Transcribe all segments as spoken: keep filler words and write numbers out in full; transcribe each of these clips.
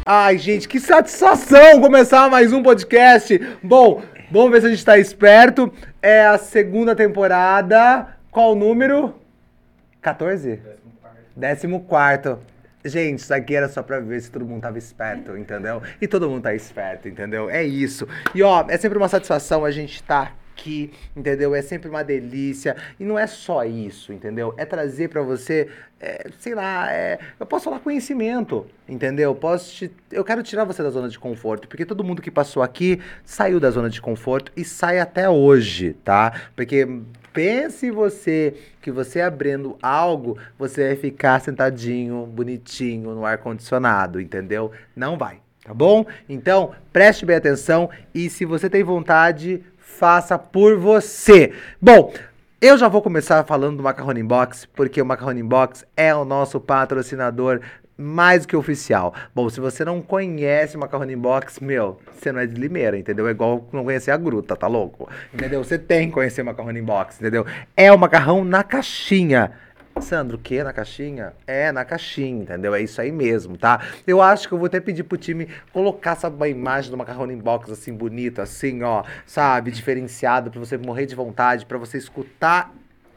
Ai, gente, que satisfação começar mais um podcast. Bom, vamos ver se a gente tá esperto. É a segunda temporada. Qual o número? quatorze? Décimo quarto. Gente, isso aqui era só pra ver se todo mundo tava esperto, entendeu? E todo mundo tá esperto, entendeu? É isso. E ó, é sempre uma satisfação a gente tá aqui, entendeu? É sempre uma delícia. E não é só isso, entendeu? É trazer pra você, é, sei lá, é, eu posso falar conhecimento, entendeu? Eu Posso te, eu quero tirar você da zona de conforto, porque todo mundo que passou aqui saiu da zona de conforto e sai até hoje, tá? Porque pense você que você abrindo algo, você vai ficar sentadinho, bonitinho, no ar-condicionado, entendeu? Não vai, tá bom? Então, preste bem atenção e se você tem vontade, faça por você. Bom, eu já vou começar falando do Macarrone Box, porque o Macarrone Box é o nosso patrocinador mais do que oficial. Bom, se você não conhece o Macarrone Box, meu, você não é de Limeira, entendeu? É igual não conhecer a Gruta, tá louco? Entendeu? Você tem que conhecer o Macarrone Box, entendeu? É o macarrão na caixinha. Sandro, o que? Na caixinha? É, na caixinha, entendeu? É isso aí mesmo, tá? Eu acho que eu vou até pedir pro time colocar, sabe, uma imagem do Macarrone Box, assim, bonita, assim, ó, sabe? Diferenciado, pra você morrer de vontade, pra você escutar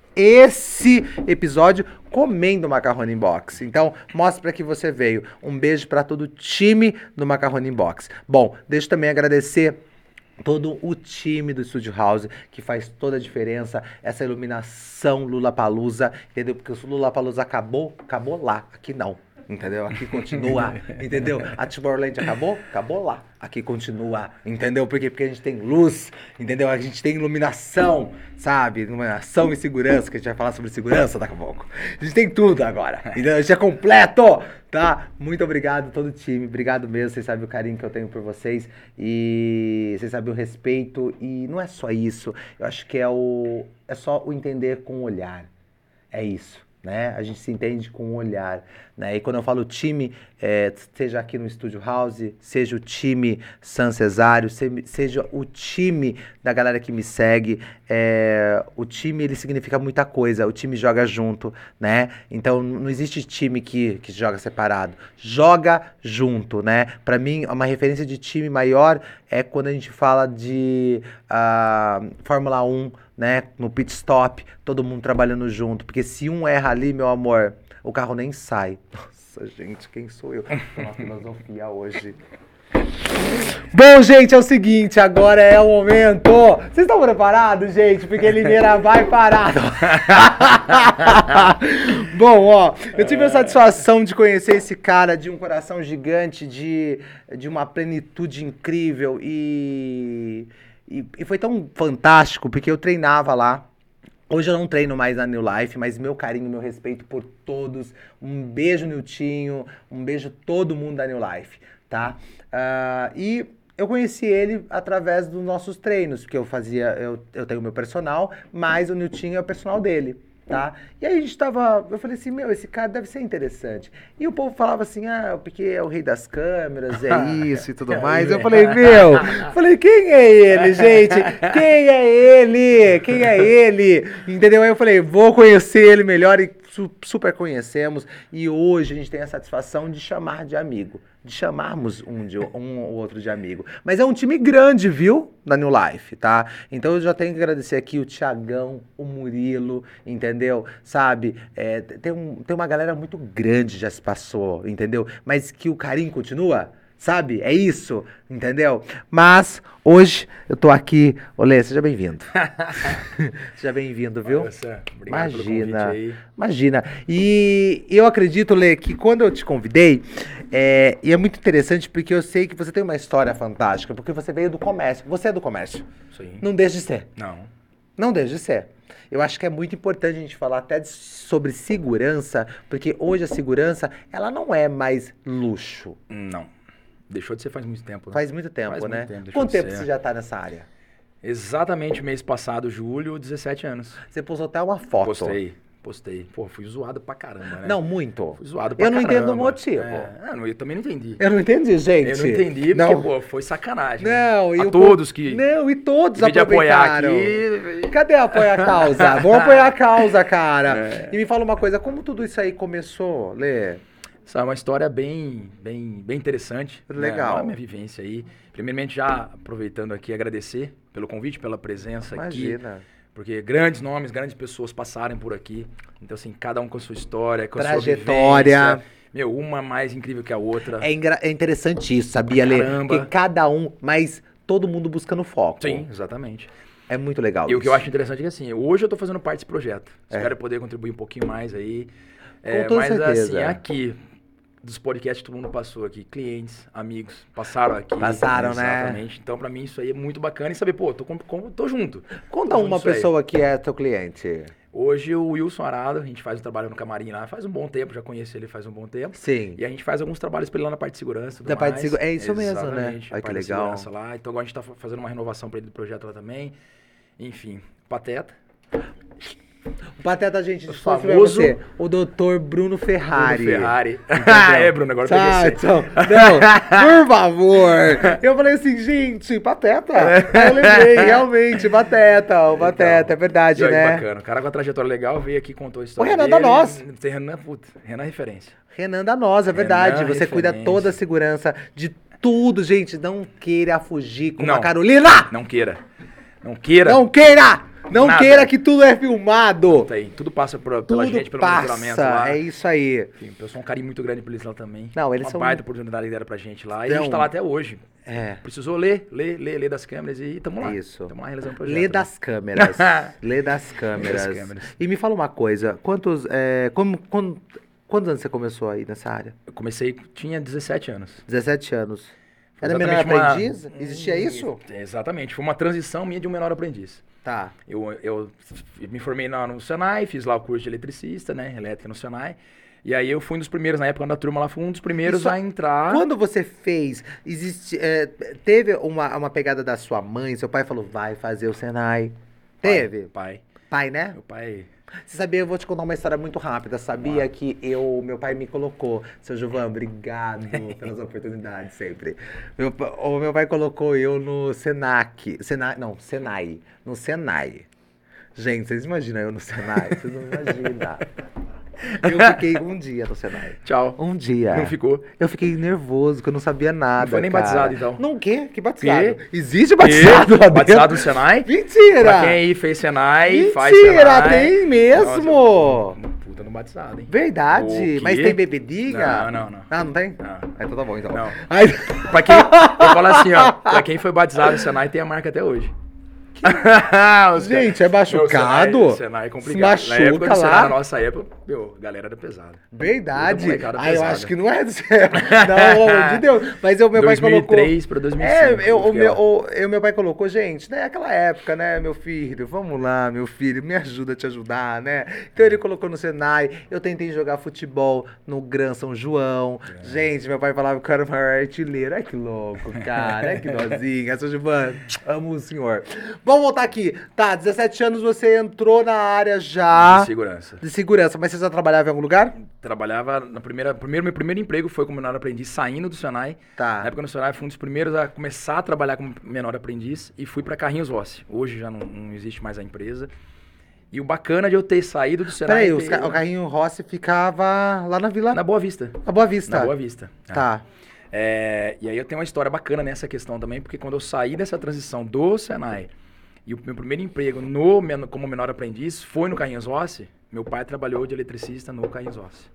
esse episódio comendo Macarrone Box. Então, mostra pra que você veio. Um beijo pra todo o time do Macarrone Box. Bom, deixa eu também agradecer todo o time do Studio House, que faz toda a diferença, essa iluminação Lollapalooza, entendeu? Porque o Lollapalooza acabou, acabou lá, aqui não, entendeu? Aqui continua, entendeu? A Tomorrowland acabou, acabou lá, aqui continua, entendeu? Por quê? Porque a gente tem luz, entendeu? A gente tem iluminação, sabe? Iluminação e segurança, que a gente vai falar sobre segurança daqui a pouco. A gente tem tudo agora, entendeu? A gente é completo, tá? Muito obrigado todo o time, obrigado mesmo, vocês sabem o carinho que eu tenho por vocês e vocês sabem o respeito e não é só isso, eu acho que é o é só o entender com o olhar, é isso, né? A gente se entende com o olhar, né? E quando eu falo time, é, seja aqui no Studio House, seja o time San Cesário, se, seja o time da galera que me segue, é, o time ele significa muita coisa, o time joga junto, né? Então não existe time que, que joga separado, joga junto, né? Pra mim, uma referência de time maior é quando a gente fala de uh, Fórmula um, né, no pit stop, todo mundo trabalhando junto, porque se um erra ali, meu amor, o carro nem sai. Nossa, gente, quem sou eu? Tô na filosofia hoje. Bom, gente, é o seguinte, agora é o momento. Vocês estão preparados, gente? Porque Limeira vai parado. Bom, ó, eu tive a satisfação de conhecer esse cara de um coração gigante, de, de uma plenitude incrível e... E, e foi tão fantástico, porque eu treinava lá. Hoje eu não treino mais na New Life, mas meu carinho, meu respeito por todos. Um beijo, Niltinho. Um beijo todo mundo da New Life, tá? Uh, e eu conheci ele através dos nossos treinos, porque eu fazia, eu, eu tenho o meu personal, mas o Niltinho é o personal dele. Tá? E aí a gente tava, eu falei assim, meu, esse cara deve ser interessante. E o povo falava assim, ah, porque é o rei das câmeras, é isso e tudo mais. Eu falei, meu, falei, quem é ele, gente? Quem é ele? Quem é ele? Entendeu? Aí eu falei, vou conhecer ele melhor e su- super conhecemos. E hoje a gente tem a satisfação de chamar de amigo. De chamarmos um, de, um ou outro de amigo. Mas é um time grande, viu? Da New Life, tá? Então eu já tenho que agradecer aqui o Thiagão, o Murilo, entendeu? Sabe? É, tem, um, tem uma galera muito grande já se passou, entendeu? Mas que o carinho continua, sabe? É isso, entendeu? Mas hoje eu tô aqui. Olê, seja bem-vindo. Seja bem-vindo, viu? Nossa, obrigado Imagina, pelo convite aí. Imagina. E eu acredito, Lê, que quando eu te convidei, é, e é muito interessante porque eu sei que você tem uma história fantástica, porque você veio do comércio. Você é do comércio. Sim. Não deixa de ser. Não. Não deixa de ser. Eu acho que é muito importante a gente falar até de, sobre segurança, porque hoje a segurança, ela não é mais luxo. Não. Deixou de ser faz muito tempo, né? Faz muito tempo, Faz muito né? tempo, deixou Quanto de tempo ser. você já tá nessa área? Exatamente mês passado, julho, dezessete anos. Você postou até uma foto. Postei, postei. Pô, fui zoado pra caramba, né? Não, muito. Fui zoado pra Eu não caramba. entendo o motivo. É, eu também não entendi. Eu não entendi, gente. Eu não entendi Não. porque, pô, foi sacanagem. Não, né? e A o todos po- que... Não, e todos em vez de apoiar aproveitaram. aqui... Cadê apoiar a causa? Vamos apoiar a causa, cara. É. E me fala uma coisa, como tudo isso aí começou, Lê? Essa é uma história bem, bem, bem interessante. Legal. Né? A minha vivência aí. Primeiramente, já aproveitando aqui, agradecer pelo convite, pela presença aqui. Imagina. Porque grandes nomes, grandes pessoas passaram por aqui. Então, assim, cada um com a sua história, com a sua Trajetória. vivência. Meu, uma mais incrível que a outra. É, engra- é interessante isso, sabia, Lê? Caramba. Porque cada um, mas todo mundo buscando foco. Sim, exatamente. É muito legal E o isso. que eu acho interessante é que, assim, hoje eu tô fazendo parte desse projeto. É. Espero poder contribuir um pouquinho mais aí. Com É, toda mas, certeza. assim, aqui, dos podcasts todo mundo passou aqui. Clientes, amigos, passaram aqui. Passaram, né? Exatamente. Então, pra mim, isso aí é muito bacana. E saber, pô, tô, com, com, tô junto. Conta Tô junto uma nisso aí. pessoa que é teu cliente. Hoje, o Wilson Arado, a gente faz um trabalho no camarim lá faz um bom tempo. Já conheço ele faz um bom tempo. Sim. E a gente faz alguns trabalhos pra ele lá na parte de segurança. e tudo Da parte de mais. segu- é isso mesmo, né? Exatamente, Ai, a que parte da legal. segurança lá. Então agora a gente tá fa- fazendo uma renovação pra ele do projeto lá também. Enfim, Pateta. O Pateta, gente, O desculpa pra famoso- você. O doutor Bruno Ferrari. Bruno Ferrari. Entendeu? é, Bruno, agora eu Tá, peguei então, não, por favor. Eu falei assim, gente, Pateta. Eu lembrei, realmente, Pateta, o Pateta, é verdade, E aí, né? bacana. O cara com a trajetória legal veio aqui, contou a história O Renan dele. da Nós. Tem Renan, puta, Renan é referência. Renan da Nós, é verdade. Renan, Você cuida referência. toda a segurança de tudo, gente. Não queira fugir com a Não. Carolina. Não queira. Não queira. Não queira. Não Nada. queira que tudo é filmado. Tá aí. Tudo passa por, pela Tudo gente, pelo monitoramento lá. passa, é isso aí. Enfim, eu sou um carinho muito grande por eles lá também. Não, eles Uma são- baita oportunidade que deram pra gente lá. E a Então- gente tá lá até hoje. É. Precisou ler, ler, ler, ler das câmeras e tamo lá. Isso. Tamo lá realizando o projeto. Lê né? das câmeras. Lê das câmeras. Lê das câmeras. E me fala uma coisa, quantos, é, como, quando- quantos anos você começou aí nessa área? Eu comecei, tinha dezessete anos. dezessete anos. Foi Era menor exatamente uma- aprendiz? Existia isso? Exatamente. Foi uma transição minha de um menor aprendiz. Tá. Eu, eu me formei na- no Senai, fiz lá o curso de eletricista, né? Elétrica no Senai. E aí eu fui um dos primeiros, na época da turma lá, fui um dos primeiros Isso- a entrar. Quando você fez, existe, é, teve uma, uma pegada da sua mãe, seu pai falou, vai fazer o Senai. Pai, Teve? Pai. Pai, né? Meu pai. Você sabia, eu vou te contar uma história muito rápida. Sabia Vai. que eu, meu pai me colocou. Seu Gilvan, obrigado pelas oportunidades sempre. Meu, pa- o meu pai colocou eu no Senac. Senai, não, Senai. No Senai. Gente, vocês imaginam eu no Senai? Vocês não imaginam. Eu fiquei um dia no Senai. Tchau. Um dia. Não ficou? Eu fiquei nervoso, porque eu não sabia nada. Não foi nem cara. batizado, então? Não, o quê? Que batizado? Quê? Existe batizado lá dentro? Batizado no Senai? Mentira! Pra quem aí fez Senai, Mentira, faz Senai. tem mesmo! Nossa, puta no batizado, hein? Verdade, O quê? mas tem bebediga? Não, não, não. Ah, não tem? Não. Ah, então tá bom, então. Não. Ai, Pra quem, eu falo assim, ó, pra quem foi batizado no Senai, tem a marca até hoje. Os gente, é Meu, machucado? Senai, Senai é complicado. Se na época machuca do Senai, lá? na nossa época, meu, a galera era pesada. Verdade. Toda molecada Ah, eu pesada. acho que não é do céu. Não, pelo amor de Deus. Mas o meu pai dois mil e três colocou... pra dois mil e cinco. É, eu, o fiquei meu, lá. o, eu, meu pai colocou, gente, né? Aquela época, né, meu filho? Vamos lá, meu filho, me ajuda a te ajudar, né? Então ele colocou no Senai, eu tentei jogar futebol no Gran São João. É. Gente, meu pai falava que eu era o maior artilheiro. Ai, que louco, cara. Ai, que dozinha. Seu Gilvan, amo o senhor. Vamos voltar aqui. Tá, dezessete anos você entrou na área já De segurança. de segurança, mas você já trabalhava em algum lugar? Trabalhava na primeira, primeiro meu primeiro emprego foi como menor aprendiz saindo do Senai. Tá. Na época no Senai fui um dos primeiros a começar a trabalhar como menor aprendiz e fui pra Carrinhos Rossi. Hoje já não, não existe mais a empresa. E o bacana de eu ter saído do Senai Peraí, e os ter- ca- o carrinho Rossi ficava lá na Vila... na Boa Vista. Na Boa Vista. Na Boa Vista. É. Tá. É, e aí eu tenho uma história bacana nessa questão também, porque quando eu saí dessa transição do Senai e o meu primeiro emprego no, men- como menor aprendiz foi no Carrinhos Rossi, meu pai trabalhou de eletricista no Carrinhos Rossi.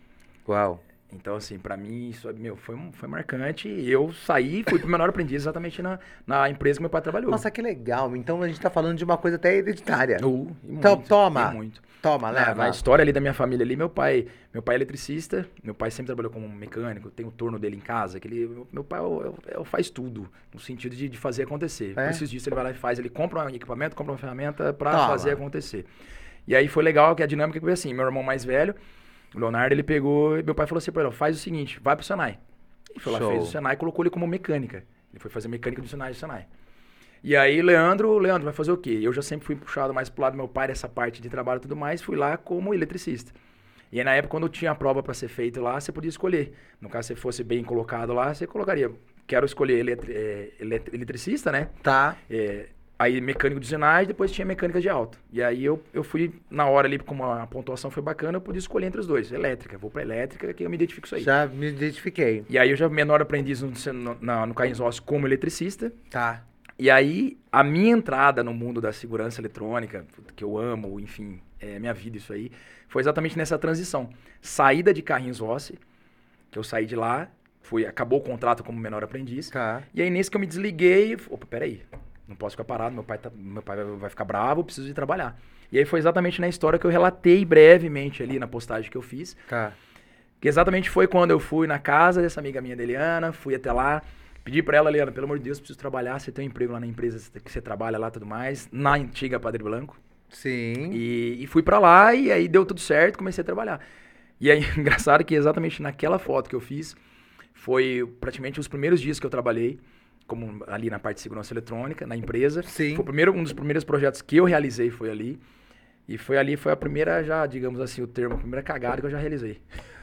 Uau. Então, assim, pra mim, isso meu, foi, um- foi marcante. E eu saí e fui pro menor aprendiz exatamente na, na empresa que meu pai trabalhou. Nossa, que legal. Então a gente tá falando de uma coisa até hereditária. Uh, e Então, muito, toma. e muito. Toma, Na, leva. na história ali da minha família ali, meu pai, meu pai é eletricista, meu pai sempre trabalhou como mecânico, tem o turno dele em casa, que ele, meu, meu pai eu, eu faz tudo, no sentido de, de fazer acontecer. É? Preciso disso, ele vai lá e faz, ele compra um equipamento, compra uma ferramenta pra Toma. fazer acontecer. E aí foi legal que a dinâmica foi assim, meu irmão mais velho, o Leonardo, ele pegou, meu pai falou assim pra ele, faz o seguinte, vai pro Senai. Ele foi lá, Show. fez o Senai e colocou ele como mecânica. Ele foi fazer mecânica do Senai do Senai. E aí, Leandro, Leandro, vai fazer o quê? Eu já sempre fui puxado mais pro lado do meu pai, essa parte de trabalho e tudo mais, fui lá como eletricista. E aí, na época, quando tinha a prova para ser feita lá, você podia escolher. No caso, se fosse bem colocado lá, você colocaria, quero escolher eletri é, elet- eletricista, né? Tá. É, Aí mecânico de usinagem, depois tinha mecânica de alta. E aí eu, eu fui, na hora ali, como a pontuação foi bacana, eu pude escolher entre os dois. Elétrica, vou pra elétrica, que eu me identifico com isso aí. Já me identifiquei. E aí eu já menor aprendiz no, no, na- no Carrinhos Ossos como eletricista. Tá. E aí a minha entrada no mundo da segurança eletrônica, que eu amo, enfim, é minha vida isso aí, foi exatamente nessa transição. Saída de Carrinhos Ossos, que eu saí de lá, fui, acabou o contrato como menor aprendiz. Tá. E aí nesse que eu me desliguei, opa, peraí, não posso ficar parado, meu pai, tá, meu pai vai, vai ficar bravo, eu preciso ir trabalhar. E aí foi exatamente na história que eu relatei brevemente ali na postagem que eu fiz. Tá. Que exatamente foi quando eu fui na casa dessa amiga minha, da Eliana, fui até lá, pedi pra ela, Eliana, pelo amor de Deus, preciso trabalhar, você tem um emprego lá na empresa que você trabalha lá e tudo mais, na antiga Padre Blanco. Sim. E, e fui pra lá e aí deu tudo certo, comecei a trabalhar. E aí, engraçado que exatamente naquela foto que eu fiz, foi praticamente os primeiros dias que eu trabalhei, como ali na parte de segurança eletrônica, na empresa. Sim. Foi o primeiro, um dos primeiros projetos que eu realizei foi ali. E foi ali, foi a primeira, já, digamos assim, o termo, a primeira cagada que eu já realizei.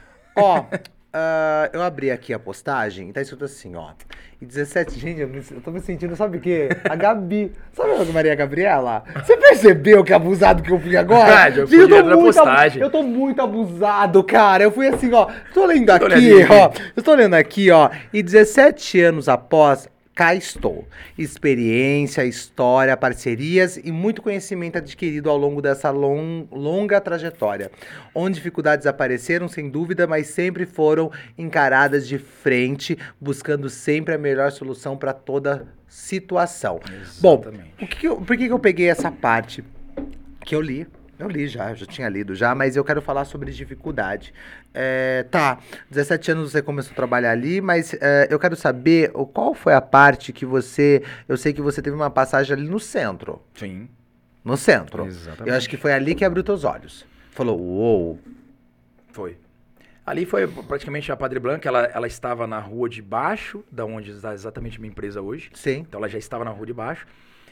Ó, ah, eu abri aqui a postagem e tá escrito assim, ó. E dezessete, gente, eu, me- eu tô me sentindo, sabe o quê? A Gabi. Sabe a Maria Gabriela? Você percebeu que abusado que eu fui agora? Verdade, eu Gente, fui tô direto na muito abu- postagem. Eu tô muito abusado, cara. Eu fui assim, ó. Tô lendo Eu tô aqui, olhando ó. aqui. Eu tô lendo aqui, ó. E dezessete anos após, cá estou. Experiência, história, parcerias e muito conhecimento adquirido ao longo dessa lon- longa trajetória. Onde dificuldades apareceram, sem dúvida, mas sempre foram encaradas de frente, buscando sempre a melhor solução para toda situação. Bom, Exatamente. o que que eu- por que, que eu peguei essa parte que eu li? Eu li já, eu já tinha lido já, mas eu quero falar sobre dificuldade. É, tá, dezessete anos você começou a trabalhar ali, mas é, eu quero saber o- qual foi a parte que você... Eu sei que você teve uma passagem ali no centro. Sim. No centro. Exatamente. Eu acho que foi ali que abriu teus olhos. Falou, uou. Foi. Ali foi praticamente a Padre Blanca, ela, ela estava na rua de baixo, da onde está exatamente a minha empresa hoje. Sim. Então ela já estava na rua de baixo.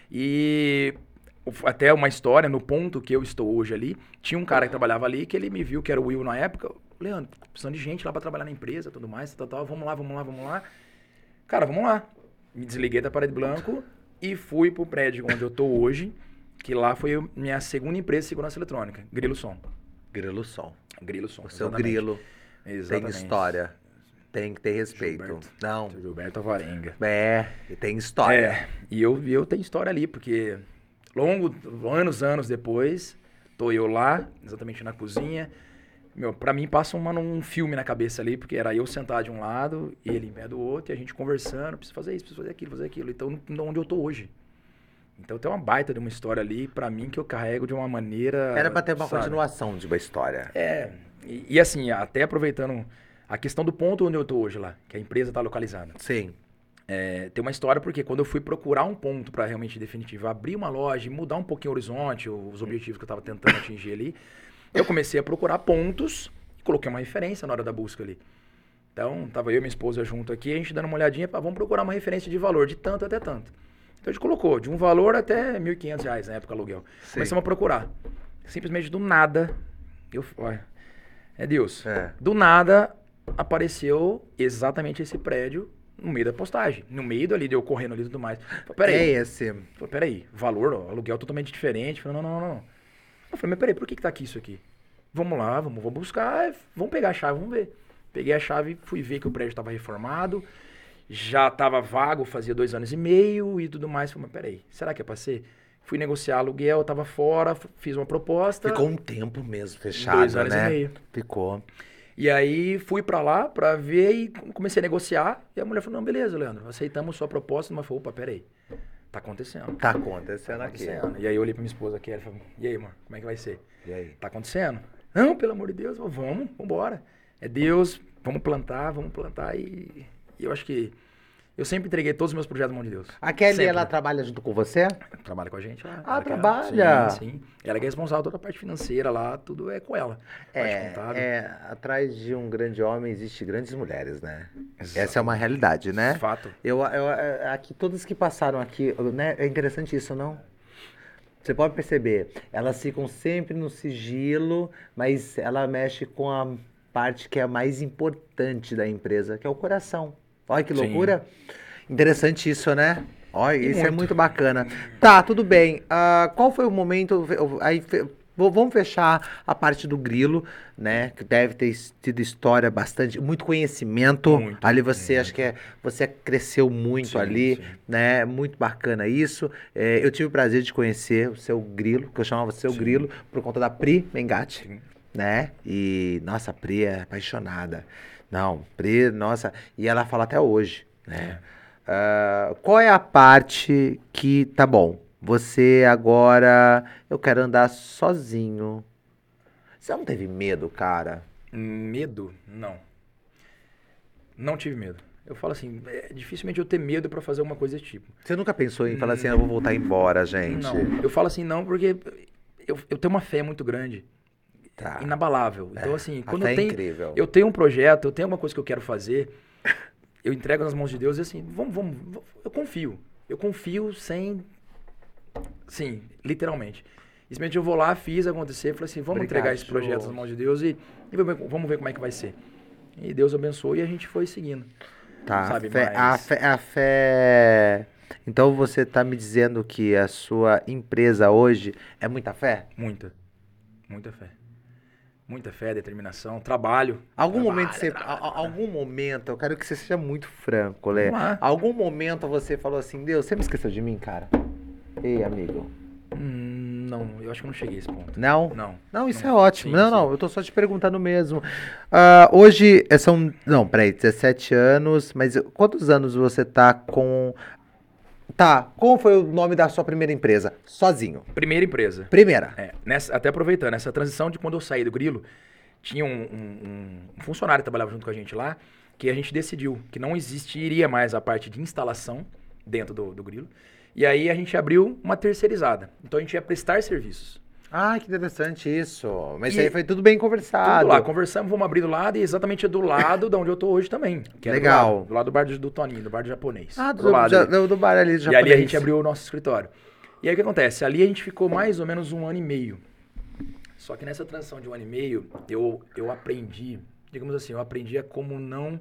E o- até uma história, no ponto que eu estou hoje ali, tinha um cara que trabalhava ali, que ele me viu, que era o Will na época. Leandro, precisando de gente lá para trabalhar na empresa, tudo mais, tal, tal, vamos lá, vamos lá, vamos lá. Cara, vamos lá. Me desliguei da Parede Blanco e fui pro prédio onde eu tô hoje, que lá foi a minha segunda empresa de segurança eletrônica, Grilo Som. Grilo som. Grilo Som. O seu exatamente. grilo Exatamente. tem história. Tem que ter respeito. Gilberto. Não. Seu Gilberto Alvarenga. É, e tem história. É, e eu, e eu tenho história ali, porque longo, anos, anos depois, tô eu lá, exatamente na cozinha. Meu, pra mim passa uma, um filme na cabeça ali, porque era eu sentado de um lado, ele em pé do outro, e a gente conversando, preciso fazer isso, preciso fazer aquilo, fazer aquilo. Então, onde eu tô hoje. Então tem uma baita de uma história ali, pra mim, que eu carrego de uma maneira... Era pra ter uma sabe? continuação de uma história. É, e, e assim, até aproveitando a questão do ponto onde eu tô hoje lá, que a empresa tá localizada. Sim. É, tem uma história porque quando eu fui procurar um ponto para realmente definitivo, abrir uma loja e mudar um pouquinho o horizonte, os objetivos que eu estava tentando atingir ali, eu comecei a procurar pontos e coloquei uma referência na hora da busca ali. Então, tava eu e minha esposa junto aqui, a gente dando uma olhadinha, para vamos procurar uma referência de valor, de tanto até tanto. Então a gente colocou de um valor até mil e quinhentos reais na época aluguel. Sim. Começamos a procurar. Simplesmente do nada, eu, olha, é Deus. É. Do nada apareceu exatamente esse prédio no meio da postagem. No meio ali, deu correndo ali e tudo mais. Falei, peraí. É esse. Falei, peraí, valor, ó, aluguel totalmente diferente. Falei, não, não, não, não. Eu falei, mas peraí, por que que tá aqui isso aqui? Vamos lá, vamos, vamos buscar, vamos pegar a chave, vamos ver. Peguei a chave, fui ver que o prédio estava reformado, já estava vago, fazia dois anos e meio e tudo mais. Falei, mas peraí, será que é pra ser? Fui negociar aluguel, tava fora, f- fiz uma proposta. Ficou um tempo mesmo fechado, Dois anos né? e meio. Ficou. E aí fui pra lá pra ver e comecei a negociar. E a mulher falou, não, beleza, Leandro, aceitamos sua proposta. Mas falou, opa, peraí, tá acontecendo. Tá acontecendo Tá aqui. acontecendo. E aí eu olhei pra minha esposa aqui, ela falou, e aí, mano, como é que vai ser? E aí? Tá acontecendo? Não, pelo amor de Deus, eu, vamos, vambora. É Deus, vamos plantar, vamos plantar. E, e eu acho que eu sempre entreguei todos os meus projetos na mão de Deus. A Kelly, Sempre. ela trabalha junto com você? Trabalha com a gente lá. Ah, Ela que é- trabalha? Sim, sim. Ela que é responsável toda a parte financeira lá, tudo é com ela. Parte É, contábil. é, atrás de um grande homem existe grandes mulheres, né? Exato. Essa é uma realidade, né? Fato. Eu, eu, é, aqui, todas que passaram aqui, né? É interessante isso, não? Você pode perceber, elas ficam sempre no sigilo, mas ela mexe com a parte que é a mais importante da empresa, que é o coração. Olha que Sim. loucura. Interessante isso, né? Olha, E isso é muito. muito bacana. Tá, tudo bem. Ah, qual foi o momento... Aí, fe- v- vamos fechar a parte do grilo, né? Que deve ter s- tido história bastante, muito conhecimento. Muito, Ali você, acho que é, você cresceu muito Sim, ali, sim. né? Muito bacana isso. É, eu tive o prazer de conhecer o seu grilo, que eu chamava seu Sim. grilo, por conta da Pri Mengatti, Sim. né? E, nossa, a Pri é apaixonada. Não, Pri, nossa, e ela fala até hoje, né? Ah, qual é a parte que, tá bom, você agora, eu quero andar sozinho. Você não teve medo, cara? Medo? Não. Não tive medo. Eu falo assim, é, dificilmente eu ter medo pra fazer alguma coisa desse tipo. Você nunca pensou em falar assim, eu vou voltar embora, gente? Não. Eu falo assim, não, porque eu, eu tenho uma fé muito grande. Tá. Inabalável. Então, assim, a quando fé eu é tenho, incrível. eu tenho um projeto, eu tenho alguma coisa que eu quero fazer, eu entrego nas mãos de Deus e assim, vamos, vamos, vamos, eu confio. Eu confio sem, sim, literalmente. Simplesmente eu vou lá, fiz acontecer, falei assim, vamos Obrigado, entregar esse projeto Ju. nas mãos de Deus e, e vamos ver- vamos ver como é que vai ser. E Deus abençoou e a gente foi seguindo. Tá, Sabe, a fé, a mas- fé, a fé... Então você tá me dizendo que a sua empresa hoje é muita fé? Muita, muita fé. Muita fé, determinação, trabalho. Algum Trabalho, momento você, trabalho, a- a- trabalho. algum momento, eu quero que você seja muito franco, Lê. Vamos lá. Algum momento você falou assim, Deus, você me esqueceu de mim, cara? Ei, amigo. Hum, não, eu acho que eu não cheguei a esse ponto. Não? Não. Não, isso não. é ótimo. Sim, não, sim. não, eu tô só te perguntando mesmo. Ah, hoje é, são, não, peraí, dezessete anos, mas quantos anos você tá com... Tá, qual foi o nome da sua primeira empresa? Sozinho. Primeira empresa. Primeira. É, nessa, até aproveitando, essa transição de quando eu saí do Grilo, tinha um, um- um funcionário que trabalhava junto com a gente lá, que a gente decidiu que não existiria mais a parte de instalação dentro do, do Grilo. E aí a gente abriu uma terceirizada. Então a gente ia prestar serviços. Ah, que interessante isso. Mas E- isso aí foi tudo bem conversado. Tudo lá, conversamos, vamos abrir do lado e exatamente do lado de onde eu tô hoje também. Que é Legal. Do lado, do, lado do bar do, do Toninho, do bar do japonês. Ah, Pro do, lado já- ali. do, do bar ali do E ali a japonês. gente abriu o nosso escritório. E aí o que acontece? Ali a gente ficou mais ou menos um ano e meio. Só que nessa transição de um ano e meio, eu, eu aprendi, digamos assim, eu aprendi a como não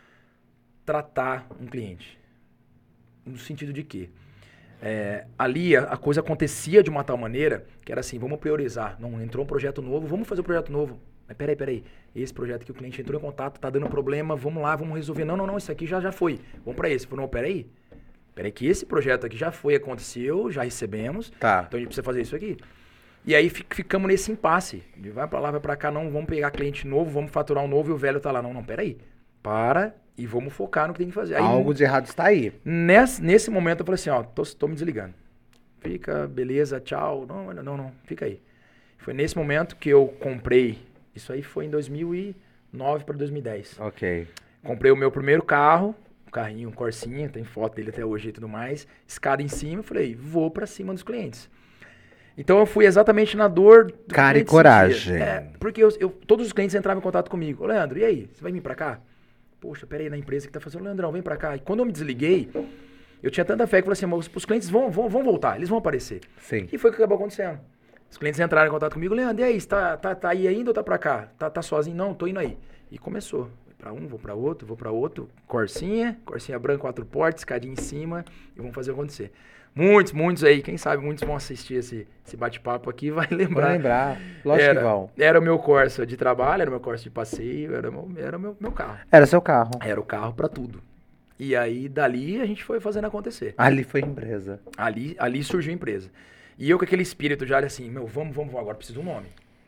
tratar um cliente. No sentido de que é, ali a, a coisa acontecia de uma tal maneira que era assim, vamos priorizar. Não, entrou um projeto novo, vamos fazer um projeto novo. Mas peraí, peraí, esse projeto que o cliente entrou em contato, tá dando problema, vamos lá, vamos resolver. Não, não, não, isso aqui já, já foi. Vamos para esse. Falei, não, peraí. Peraí que esse projeto aqui já foi, aconteceu, já recebemos. Tá. Então a gente precisa fazer isso aqui. E aí fi- ficamos nesse impasse. De vai pra lá, vai pra cá, não, vamos pegar cliente novo, vamos faturar um novo e o velho tá lá. Não, não, peraí. Para e vamos focar no que tem que fazer. Aí, Algo de errado está aí. nesse, nesse momento eu falei assim, ó, tô, tô me desligando. Fica, beleza, tchau. Não, não, não, fica aí. Foi nesse momento que eu comprei, isso aí foi em dois mil e nove para dois mil e dez. Ok. Comprei o meu primeiro carro, um carrinho, um Corsinha, tem foto dele até hoje e tudo mais, escada em cima, eu falei, vou pra cima dos clientes. Então eu fui exatamente na dor do que o Cara e cliente coragem. sentia. É, porque eu, eu- todos os clientes entravam em contato comigo. Ô, Leandro, e aí? Você vai vir pra cá? Poxa, peraí, na empresa que tá fazendo, Leandrão, vem pra cá. E quando eu me desliguei, eu tinha tanta fé que eu falei assim, "Mas os clientes vão, vão, vão voltar, eles vão aparecer. Sim. E foi o que acabou acontecendo. Os clientes entraram em contato comigo, Leandro, e aí, você tá, tá, tá aí ainda ou tá pra cá? Tá, tá sozinho? Não, tô indo aí. E começou. Vou pra um, vou pra outro, vou pra outro. Corsinha, corsinha branca, quatro portas, escadinha em cima e vamos fazer acontecer. Muitos, muitos aí, quem sabe, muitos vão assistir esse, esse bate-papo aqui, vai lembrar. Vou lembrar. Lógico era, que vão. Era o meu Corsa de trabalho, era o meu Corsa de passeio, era o meu, era o meu, meu carro. Era seu carro. Era o carro pra tudo. E aí, dali, a gente foi fazendo acontecer. Ali foi empresa. Ali, ali surgiu a empresa. E eu com aquele espírito já assim, meu, vamos, vamos, vamos, agora preciso de um nome.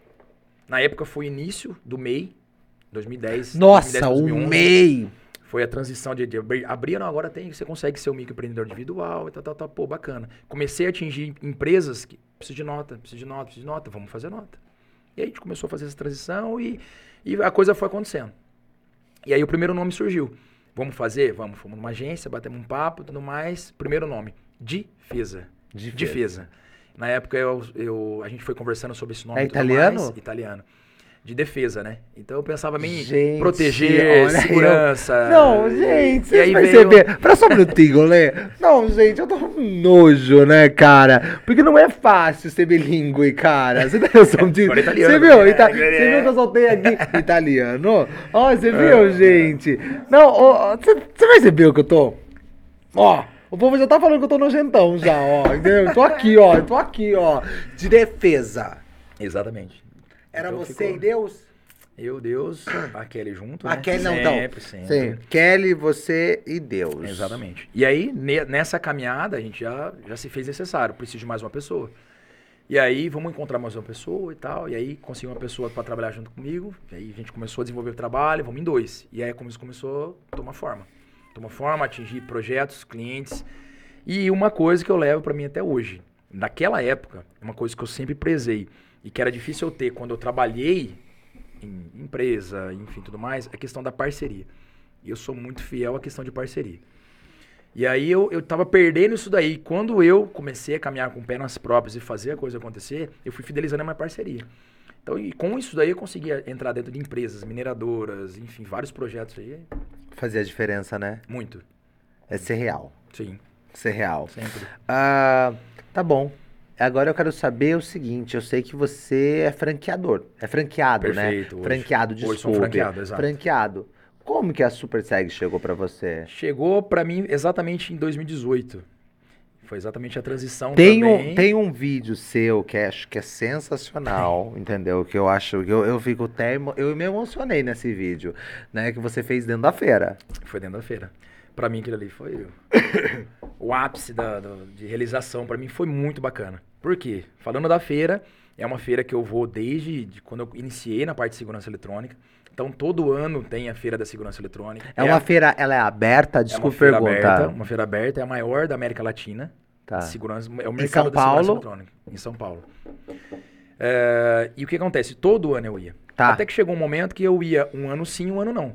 Na época foi o início do M E I, dois mil e dez. Nossa, dois o mil e dez, M E I. Foi a transição de, de abrir, abrir, não, agora tem, você consegue ser um microempreendedor individual e tal, tal, tal, pô, bacana. Comecei a atingir empresas que preciso de nota, preciso de nota, preciso de nota, vamos fazer nota. E aí a gente começou a fazer essa transição e, e a coisa foi acontecendo. E aí o primeiro nome surgiu. Vamos fazer? Vamos, fomos numa agência, batemos um papo, tudo mais. Primeiro nome, Difesa. Difesa. Difesa. Na época eu, eu, a gente foi conversando sobre esse nome. É e tudo italiano? mais. Italiano. De defesa, né? Então eu pensava em Gente, proteger, olha, segurança. eu- Não, gente, E vocês aí perceberam? Espera só um minutinho, Lê. Não, gente, eu tô com nojo, né, cara? Porque não é fácil ser bilíngue, cara. Você tem noção disso? Agora é italiano, Você viu? né? Ita- Você viu que eu soltei aqui italiano? Ó, você É. viu, gente? Não, ó, ó, você você percebeu que eu tô... Ó, O povo já tá falando que eu tô nojentão já, ó. Entendeu? Eu tô aqui, ó. Eu tô aqui, ó. De defesa. Exatamente. Era Então você ficou- e Deus? Eu, Deus, a Kelly junto, A né? Kelly não, então. sempre, sempre. Sim. Kelly, você e Deus. Exatamente. E aí, ne- nessa caminhada, a gente já, já se fez necessário. Preciso de mais uma pessoa. E aí, vamos encontrar mais uma pessoa e tal. E aí, consegui uma pessoa para trabalhar junto comigo. E aí, a gente começou a desenvolver o trabalho. Vamos em dois. E aí, como isso começou a tomar forma. Tomar forma, atingir projetos, clientes. E uma coisa que eu levo para mim até hoje. Naquela época, uma coisa que eu sempre prezei. E que era difícil eu ter quando eu trabalhei em empresa, enfim, tudo mais, é a questão da parceria. E eu sou muito fiel à questão de parceria. E aí eu, eu tava perdendo isso daí. Quando eu comecei a caminhar com pernas próprias e fazer a coisa acontecer, eu fui fidelizando a minha parceria. Então, e com isso daí eu conseguia entrar dentro de empresas, mineradoras, enfim, vários projetos aí. Fazia diferença, né? Muito. É ser real. Sim, Ser real. sempre. Ah, tá bom. Agora eu quero saber o seguinte, eu sei que você é franqueador. É franqueado, Perfeito, né? hoje. Franqueado, Hoje desculpe. sou franqueado, exato. Franqueado. Como que a Super Seg chegou pra você? Chegou pra mim exatamente em dois mil e dezoito. Foi exatamente a transição Tem também. um, tem um vídeo seu que acho que é sensacional, entendeu? Que eu acho que eu, eu fico até emo- eu me emocionei nesse vídeo, né? Que você fez dentro da feira. Foi dentro da feira. Pra mim, aquilo ali foi o ápice da, da- de realização. Pra mim, foi muito bacana. Por quê? Falando da feira, é uma feira que eu vou desde de quando eu iniciei na parte de segurança eletrônica. Então, todo ano tem a Feira da Segurança Eletrônica. É uma a- feira, ela é aberta? é uma Desculpe feira perguntar. aberta, uma feira aberta, é a maior da América Latina. Tá. de Segurança, é o Em mercado São da segurança Paulo? eletrônica. Em São Paulo. É, e o que acontece? Todo ano eu ia. Tá. Até que chegou um momento que eu ia um ano sim, um ano não.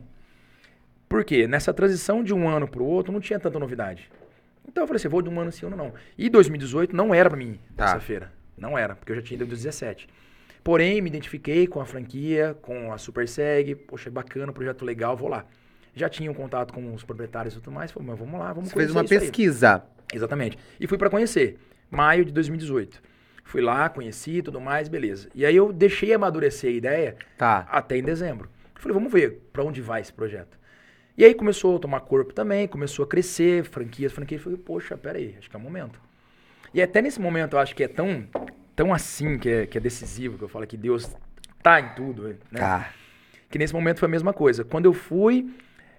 Por quê? Nessa transição de um ano para o outro, não tinha tanta novidade. Então eu falei assim, vou de um ano sim, um ano não. E dois mil e dezoito não era para mim Tá. essa feira. Não era, porque eu já tinha ido em dois mil e dezessete. Porém, me identifiquei com a franquia, com a Super Seg. Poxa, bacana, projeto legal, vou lá. Já tinha um contato com os proprietários e tudo mais. Falei, mas vamos lá, vamos Você fez conhecer uma isso aí. pesquisa. Exatamente. E fui para conhecer. Maio de dois mil e dezoito. Fui lá, conheci tudo mais, beleza. E aí eu deixei amadurecer a ideia Tá. até em dezembro. Falei, vamos ver para onde vai esse projeto. E aí começou a tomar corpo também, começou a crescer, franquias, franquias. Falei, poxa, peraí, acho que é o momento. E até nesse momento eu acho que é tão, tão assim que é, que é decisivo, que eu falo que Deus tá em tudo, né? Tá. Que nesse momento foi a mesma coisa. Quando eu fui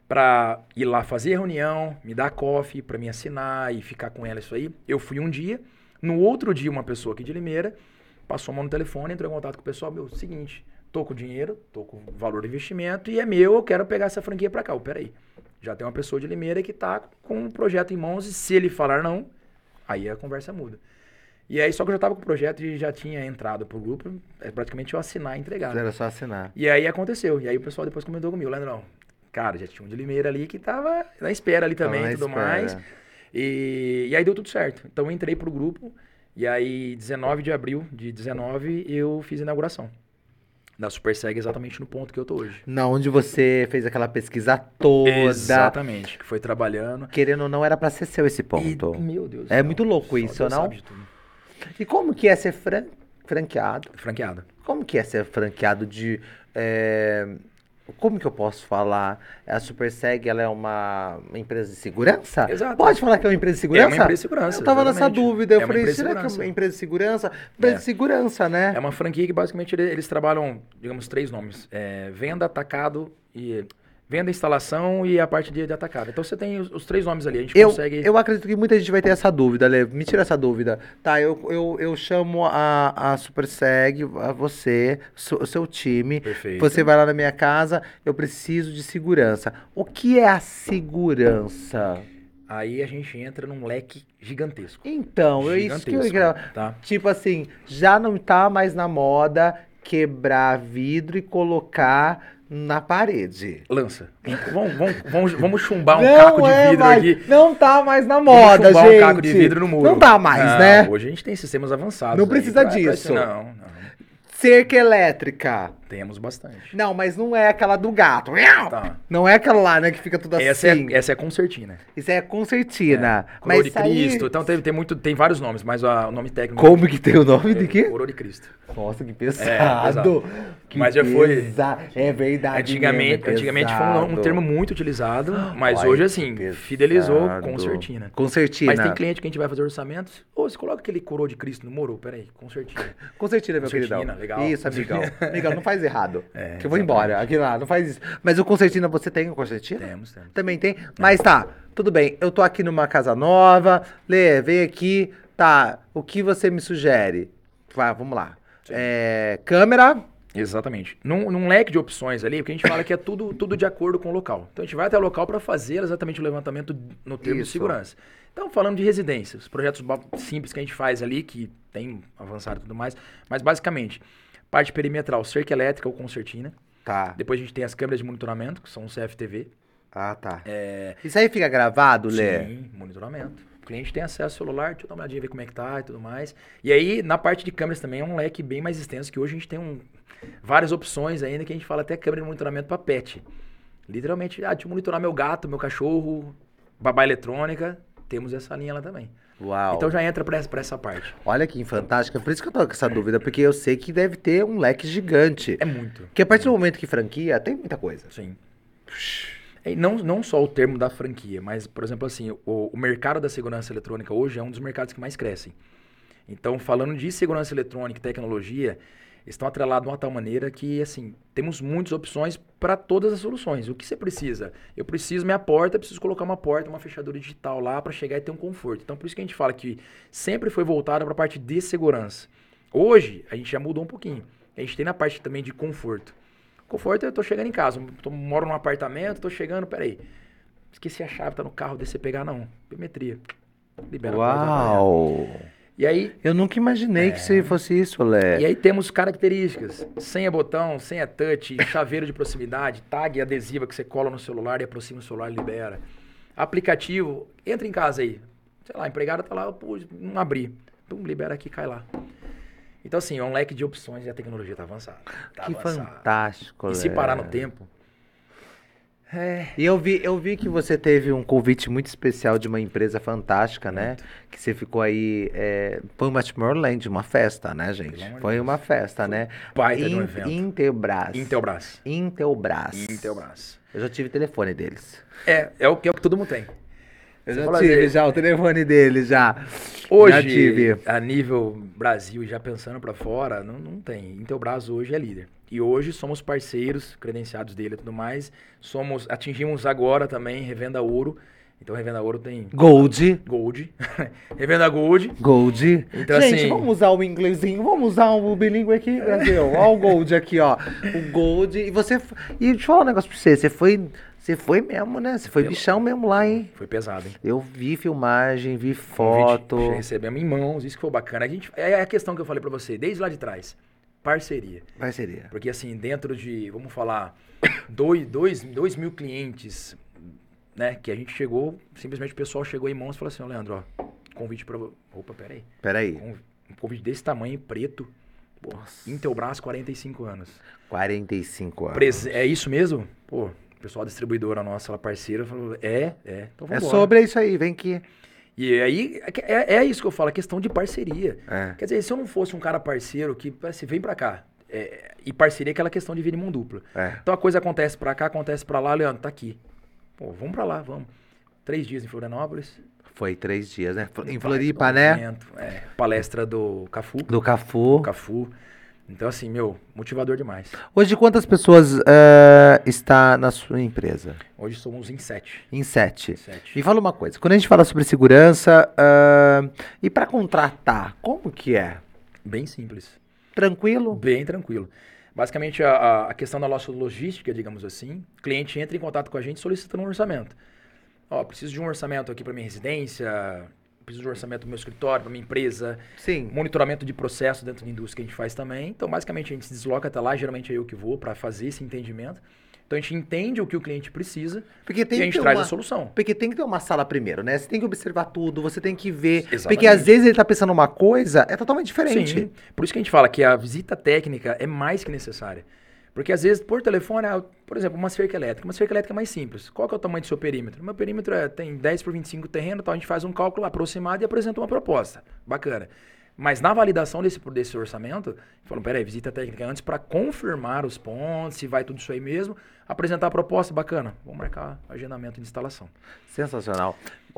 pra ir lá fazer a reunião, me dar coffee pra me assinar e ficar com ela isso aí, eu fui um dia. No outro dia, uma pessoa aqui de Limeira passou a mão no telefone, entrou em contato com o pessoal, meu, seguinte, tô com dinheiro, tô com valor de investimento e é meu, eu quero pegar essa franquia pra cá. Oh, peraí, já tem uma pessoa de Limeira que tá com um projeto em mãos e se ele falar não, aí a conversa muda. E aí, só que eu já tava com o projeto e já tinha entrado pro grupo, é praticamente eu assinar e entregar. Era só assinar. E aí aconteceu. E aí o pessoal depois comentou comigo, Leandrão, cara, já tinha um de Limeira ali que tava na espera ali também Tava e na tudo espera. mais. E, e aí deu tudo certo. Então eu entrei pro grupo e aí dezenove de abril de dezenove eu fiz a inauguração da Super Seg exatamente no ponto que eu tô hoje. Na onde você fez aquela pesquisa toda. Exatamente, que foi trabalhando. Querendo ou não, era pra ser seu esse ponto. E, meu Deus do É céu, muito louco só isso, Deus não? sabe de tudo. E como que é ser fran... franqueado? Franqueado. Como que é ser franqueado de... é, Como que eu posso falar? A Super Seg, ela é uma uma empresa de segurança? Exato. Pode falar que é uma empresa de segurança? É uma empresa de segurança, Eu tava nessa exatamente. dúvida. Eu É uma falei, empresa de será que é segurança. uma empresa de segurança? Empresa É. de segurança, né? É uma franquia que basicamente ele- eles trabalham, digamos, três nomes. É, venda, atacado e... Venda, instalação e a parte de, de atacado. Então você tem os, os três nomes ali, a gente Eu, consegue... eu acredito que muita gente vai ter essa dúvida, Lê. Me tira essa dúvida. Tá, eu, eu, eu chamo a, a Super Seg, a você, o seu time. Perfeito. Você vai lá na minha casa, eu preciso de segurança. O que é a segurança? Aí a gente entra num leque gigantesco. Então, é isso que eu Gigantesco, queria. tá? Tipo assim, já não tá mais na moda quebrar vidro e colocar na parede. Lança. Vamos, vamos, vamos, vamos chumbar um Não caco de é vidro mais- aqui. Não tá mais na Vamos moda, chumbar gente. um caco de vidro no muro. Não tá mais, Não, né? Hoje a gente tem sistemas avançados. Não aí precisa pra- pra disso. isso. Não, não. Cerca elétrica. Temos bastante. Não, mas não é aquela do gato. Tá. Não é aquela lá, né, que fica tudo Essa assim. é, essa é a concertina. Isso é concertina. É. Coroa de Mas aí- Cristo. Então tem, tem, muito, tem vários nomes, mas a- o nome técnico... Como que tem o nome é de quê? Coroa de Cristo. Nossa, que pesado. É, pesado. Que Mas já foi- pesa- É verdade. Antigamente, mesmo, é antigamente foi um, um pesado. termo muito utilizado, mas Olha, hoje, que assim, pesado. fidelizou concertina. Concertina. Mas tem cliente que a gente vai fazer orçamentos. Ô, você coloca aquele coroa de Cristo no moro? Peraí, concertina. Concertina, meu Concertina, queridão. legal. Isso, amigão. Amigão, não faz errado. É, que eu vou exatamente. embora. Aqui lá, não faz isso. Mas o concertina, você tem o concertina? Temos, temos. Também tem? Mas tá, tudo bem. Eu tô aqui numa casa nova. Lê, vem aqui. Tá, o que você me sugere? Vai, vamos lá. É, câmera. Exatamente. Num, num leque de opções ali, porque a gente fala que é tudo, tudo de acordo com o local. Então a gente vai até o local para fazer exatamente o levantamento no termo Isso. de segurança. Então, falando de residências, projetos ba- simples que a gente faz ali, que tem avançado e tudo mais, mas basicamente, parte perimetral, cerca elétrica ou concertina. Tá. Depois a gente tem as câmeras de monitoramento, que são o C F T V. Ah, tá. É, Isso aí fica gravado, Lê? sim, monitoramento. O cliente tem acesso ao celular, deixa eu dar uma olhadinha, ver como é que tá e tudo mais. E aí, na parte de câmeras também é um leque bem mais extenso, que hoje a gente tem um, várias opções ainda, que a gente fala até câmera de monitoramento para pet. Literalmente, ah, deixa eu monitorar meu gato, meu cachorro, babá eletrônica, temos essa linha lá também. Uau. Então já entra pra essa, pra essa parte. Olha que fantástica. Por isso que eu tô com essa dúvida, porque eu sei que deve ter um leque gigante. É muito. Porque a partir do momento que franquia, tem muita coisa. Sim. E não, não só o termo da franquia, mas, por exemplo, assim, o, o mercado da segurança eletrônica hoje é um dos mercados que mais crescem. Então, falando de segurança eletrônica e tecnologia, estão atrelados de uma tal maneira que, assim, temos muitas opções para todas as soluções. O que você precisa? Eu preciso minha porta, preciso colocar uma porta, uma fechadura digital lá para chegar e ter um conforto. Então, por isso que a gente fala que sempre foi voltado para a parte de segurança. Hoje, a gente já mudou um pouquinho. A gente tem na parte também de conforto. Conforto, eu tô chegando em casa, tô, moro num apartamento, tô chegando, peraí. Esqueci a chave, tá no carro, descer pegar, não. Biometria. Libera a porta. Uau! E aí, Eu nunca imaginei que se fosse isso, Lé. e aí temos características. Senha botão, senha touch, chaveiro de proximidade, tag adesiva que você cola no celular e aproxima o celular e libera. Aplicativo, entra em casa aí. Sei lá, a empregada tá lá, pô, não abri. Pum, libera aqui, cai lá. Então, assim, é um leque de opções e a tecnologia tá avançada. Tá Que avançada. fantástico, E se Lé. parar no tempo... É... E eu vi, eu vi que você teve um convite muito especial de uma empresa fantástica, né? Que você ficou aí. É, foi uma Tomorrowland, uma festa, né, gente? Pelo amor de Foi Deus. uma festa, né? baita de um In- evento. Intelbras. Intelbras. Intelbras. Intelbras. Eu já tive o telefone deles. É, é o que, é o que todo mundo tem. Eu Você já fala tive assim, já o telefone deles, já. Já Hoje, tive. a nível Brasil e já pensando pra fora, não, não tem. Intelbras hoje é líder. E hoje somos parceiros, credenciados dele e tudo mais. Somos, atingimos agora também Revenda Ouro. Então Revenda Ouro tem Gold. Gold. Revenda Gold. Gold. Então, Gente, assim- vamos usar o inglesinho, vamos usar o bilíngue aqui, Brasil. Olha o Gold aqui, ó. O Gold. E você. f- E deixa eu falar um negócio pra você. Você foi. Você foi mesmo, né? Você foi Pelo- bichão mesmo lá, hein? Foi pesado, hein? Eu vi filmagem, vi Convite, foto. já recebemos em mãos, isso que foi bacana. A gente, é a questão que eu falei pra você, desde lá de trás. Parceria. Parceria. Porque assim, dentro de, vamos falar, dois, dois, dois mil clientes, né? Que a gente chegou, simplesmente o pessoal chegou em mãos e falou assim, ó, Leandro, ó, convite pra... vo- Opa, peraí. Peraí. Con- Um convite desse tamanho, preto. Pô, Intelbras, quarenta e cinco anos. quarenta e cinco anos. Prese- É isso mesmo? Pô, o pessoal distribuidora nossa, ela parceira, falou, é, é. Então É vambora. sobre isso aí, vem aqui. E aí, é, é isso que eu falo, a questão de parceria. É. Quer dizer, se eu não fosse um cara parceiro que, assim, vem pra cá, é, e parceria é aquela questão de vir em mão dupla. É. Então a coisa acontece pra cá, acontece pra lá, Leandro, tá aqui. Pô, vamos pra lá, vamos. Três dias em Florianópolis. Foi três dias, né? Em Floripa, né? Evento, é, palestra do Cafu. Do Cafu. Cafu. Então, assim, meu, motivador demais. Hoje, quantas pessoas eh, está na sua empresa? Hoje somos em sete. Em sete. Sete. Me fala uma coisa. Quando a gente fala sobre segurança, ah, e para contratar, como que é? Bem simples. Tranquilo? Bem tranquilo. Basicamente, a- a, a questão da nossa logística, digamos assim, o cliente entra em contato com a gente solicitando um orçamento. Ó, preciso de um orçamento aqui para minha residência, preciso de um orçamento para meu escritório, para minha empresa, Sim. monitoramento de processo dentro da indústria que a gente faz também. Então, basicamente, a gente se desloca até lá, geralmente é eu que vou para fazer esse entendimento. Então a gente entende o que o cliente precisa Porque tem e a que gente ter traz uma- a solução. Porque tem que ter uma sala primeiro, né? Você tem que observar tudo, você tem que ver. Exatamente. Porque às vezes ele tá pensando uma coisa, é totalmente diferente. Sim, por isso que a gente fala que a visita técnica é mais que necessária. Porque às vezes, por telefone, ah, por exemplo, uma cerca elétrica. Uma cerca elétrica é mais simples. Qual que é o tamanho do seu perímetro? Meu perímetro é, tem dez por vinte e cinco terreno, então a gente faz um cálculo aproximado e apresenta uma proposta. Bacana. Mas na validação desse, desse orçamento, falam, peraí, visita técnica antes para confirmar os pontos, se vai tudo isso aí mesmo, apresentar a proposta, bacana. Vamos marcar agendamento de instalação. Sensacional.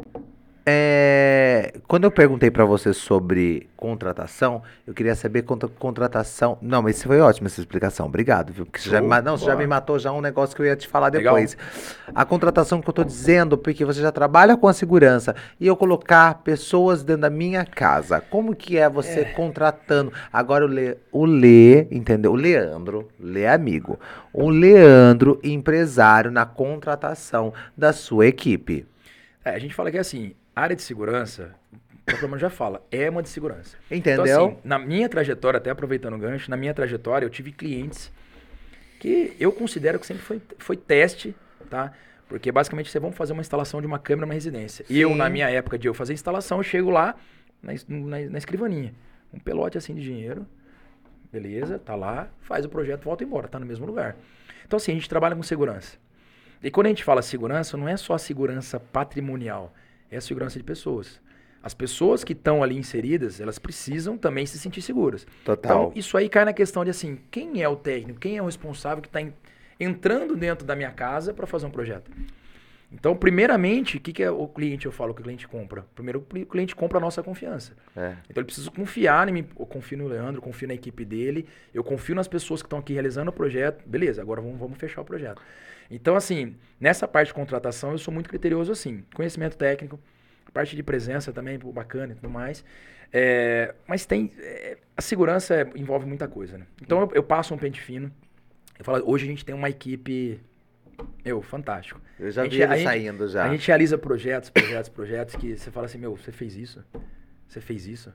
É, quando eu perguntei pra você sobre contratação, eu queria saber contra contratação. Não, mas isso foi ótima essa explicação. Obrigado, viu? Porque você já, me ma- não, você já me matou já um negócio que eu ia te falar Legal. depois. A contratação que eu tô dizendo, porque você já trabalha com a segurança e eu colocar pessoas dentro da minha casa. Como que é você contratando? Agora o Lê, o Lê, entendeu? O Leandro, Lê é amigo. O Leandro, empresário na contratação da sua equipe. É, a gente fala que é assim, área de segurança, o próprio nome já fala, é uma de segurança. Entendeu? Então, assim, na minha trajetória, até aproveitando o gancho, na minha trajetória eu tive clientes que eu considero que sempre foi, foi teste, tá? Porque basicamente você vamos fazer uma instalação de uma câmera numa residência. E eu, Sim. na minha época de eu fazer instalação, eu chego lá na, es- na, na escrivaninha. Um pelote assim de dinheiro, beleza, tá lá, faz o projeto, volta embora, tá no mesmo lugar. Então assim, a gente trabalha com segurança. E quando a gente fala segurança, não é só a segurança patrimonial, é a segurança de pessoas. As pessoas que estão ali inseridas, elas precisam também se sentir seguras. Total. Então, isso aí cai na questão de assim, quem é o técnico, quem é o responsável que está entrando dentro da minha casa para fazer um projeto? Então, primeiramente, o que, que é o cliente, eu falo que o cliente compra? Primeiro, o cliente compra a nossa confiança. É. Então, ele precisa confiar em mim. Eu confio no Leandro, confio na equipe dele, eu confio nas pessoas que estão aqui realizando o projeto. Beleza, agora vamos, vamos fechar o projeto. Então, assim, nessa parte de contratação, eu sou muito criterioso assim. Conhecimento técnico, parte de presença também, pô, bacana e tudo mais. É, mas tem... é, a segurança é- envolve muita coisa, né? Então, eu, eu passo um pente fino. Eu falo, hoje a gente tem uma equipe... Meu, fantástico. Eu já A vi gente- ele a gente- saindo já. A gente realiza projetos, projetos, projetos que você fala assim, meu, você fez isso? Você fez isso?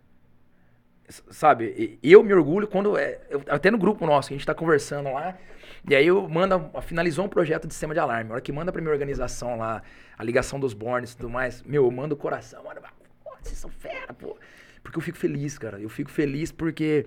S- Sabe, e e eu me orgulho quando, é, eu- até no grupo nosso, que a gente tá conversando lá, e aí eu mando, finalizou um projeto de sistema de alarme, a hora que manda pra minha organização lá, a ligação dos bornes e tudo mais, meu, eu mando o coração, mano, pô, vocês são fera, pô. Porque eu fico feliz, cara, eu fico feliz porque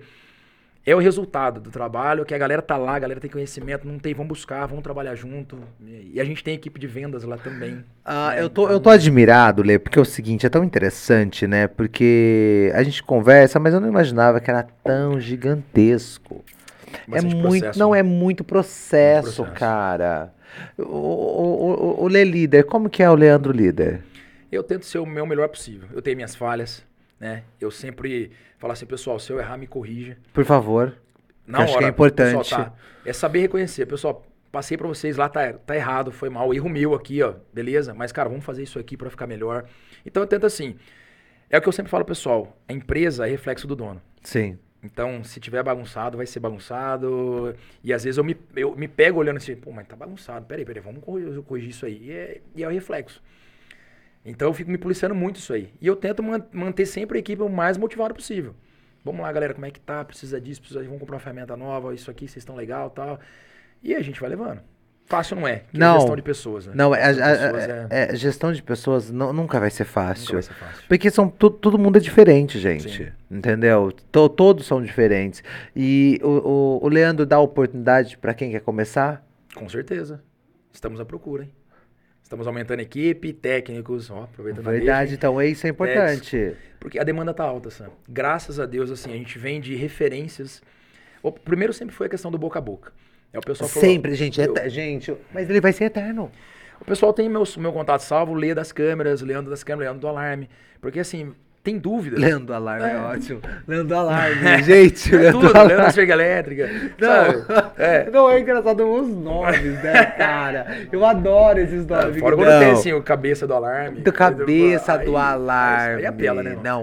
é o resultado do trabalho, que a galera tá lá, a galera tem conhecimento, não tem, vamos buscar, vamos trabalhar junto, e e a gente tem equipe de vendas lá também. Ah, né? eu tô, eu Então, tô admirado, Lê, porque é o seguinte, é tão interessante, né? Porque a gente conversa, mas eu não imaginava que era tão gigantesco. É bastante muito, processo, não né? é muito processo, Muito processo. cara. O, o, o, o Lê líder, como que é o Leandro líder? Eu tento ser o meu melhor possível. Eu tenho minhas falhas, né? Eu sempre falo assim, pessoal, se eu errar, me corrija. Por favor. Na Eu acho que é hora, importante. pessoal, tá? É saber reconhecer. Pessoal, passei pra vocês lá, tá, tá errado, foi mal. Erro meu aqui, ó, beleza? Mas, cara, vamos fazer isso aqui pra ficar melhor. Então eu tento assim. É o que eu sempre falo, pessoal. A empresa é reflexo do dono. Sim. Então, se tiver bagunçado, vai ser bagunçado. E às vezes eu me, eu me pego olhando assim, pô, mas tá bagunçado. Peraí, peraí, vamos corrigir, corrigir isso aí. E é, e é o reflexo. Então eu fico me policiando muito isso aí. E eu tento man- manter sempre a equipe o mais motivada possível. Vamos lá, galera, como é que tá? Precisa disso, precisa disso, vamos comprar uma ferramenta nova, isso aqui, vocês estão legal e tal. E a gente vai levando. Fácil não é, que Não. é gestão de pessoas, né? Não, é, Gestão de a- pessoas a- é- é- gestão de pessoas não- nunca vai ser nunca fácil. vai ser fácil. Porque são, to- todo mundo é diferente, gente. Sim. Entendeu? To- todos são diferentes. E o, o, o Leandro dá oportunidade pra quem quer começar? Com certeza. Estamos à procura, hein? Estamos aumentando a equipe, técnicos, ó, aproveitando a Verdade, deixa, hein? então isso é importante. Porque a demanda tá alta, Sam. Graças a Deus, assim, a gente vem de referências. O primeiro sempre foi a questão do boca a boca. É, o pessoal falou, Sempre, gente, eu- é, gente, mas ele vai ser eterno. O pessoal tem meu, meu contato salvo, Lê das câmeras, Leandro das câmeras, Leandro do alarme. Porque assim, tem dúvidas. Leandro Alarme é, É. ótimo. Leandro Alarme, gente. É Leandro tudo, Alarme. Leandro da cerca elétrica. sabe? Não, É. não, é engraçado os nomes, né, cara? Eu adoro esses nomes. Fora quando não. tem assim, o cabeça do alarme. Do cabeça Aí- do alarme. Aí apela, né? Não. Não,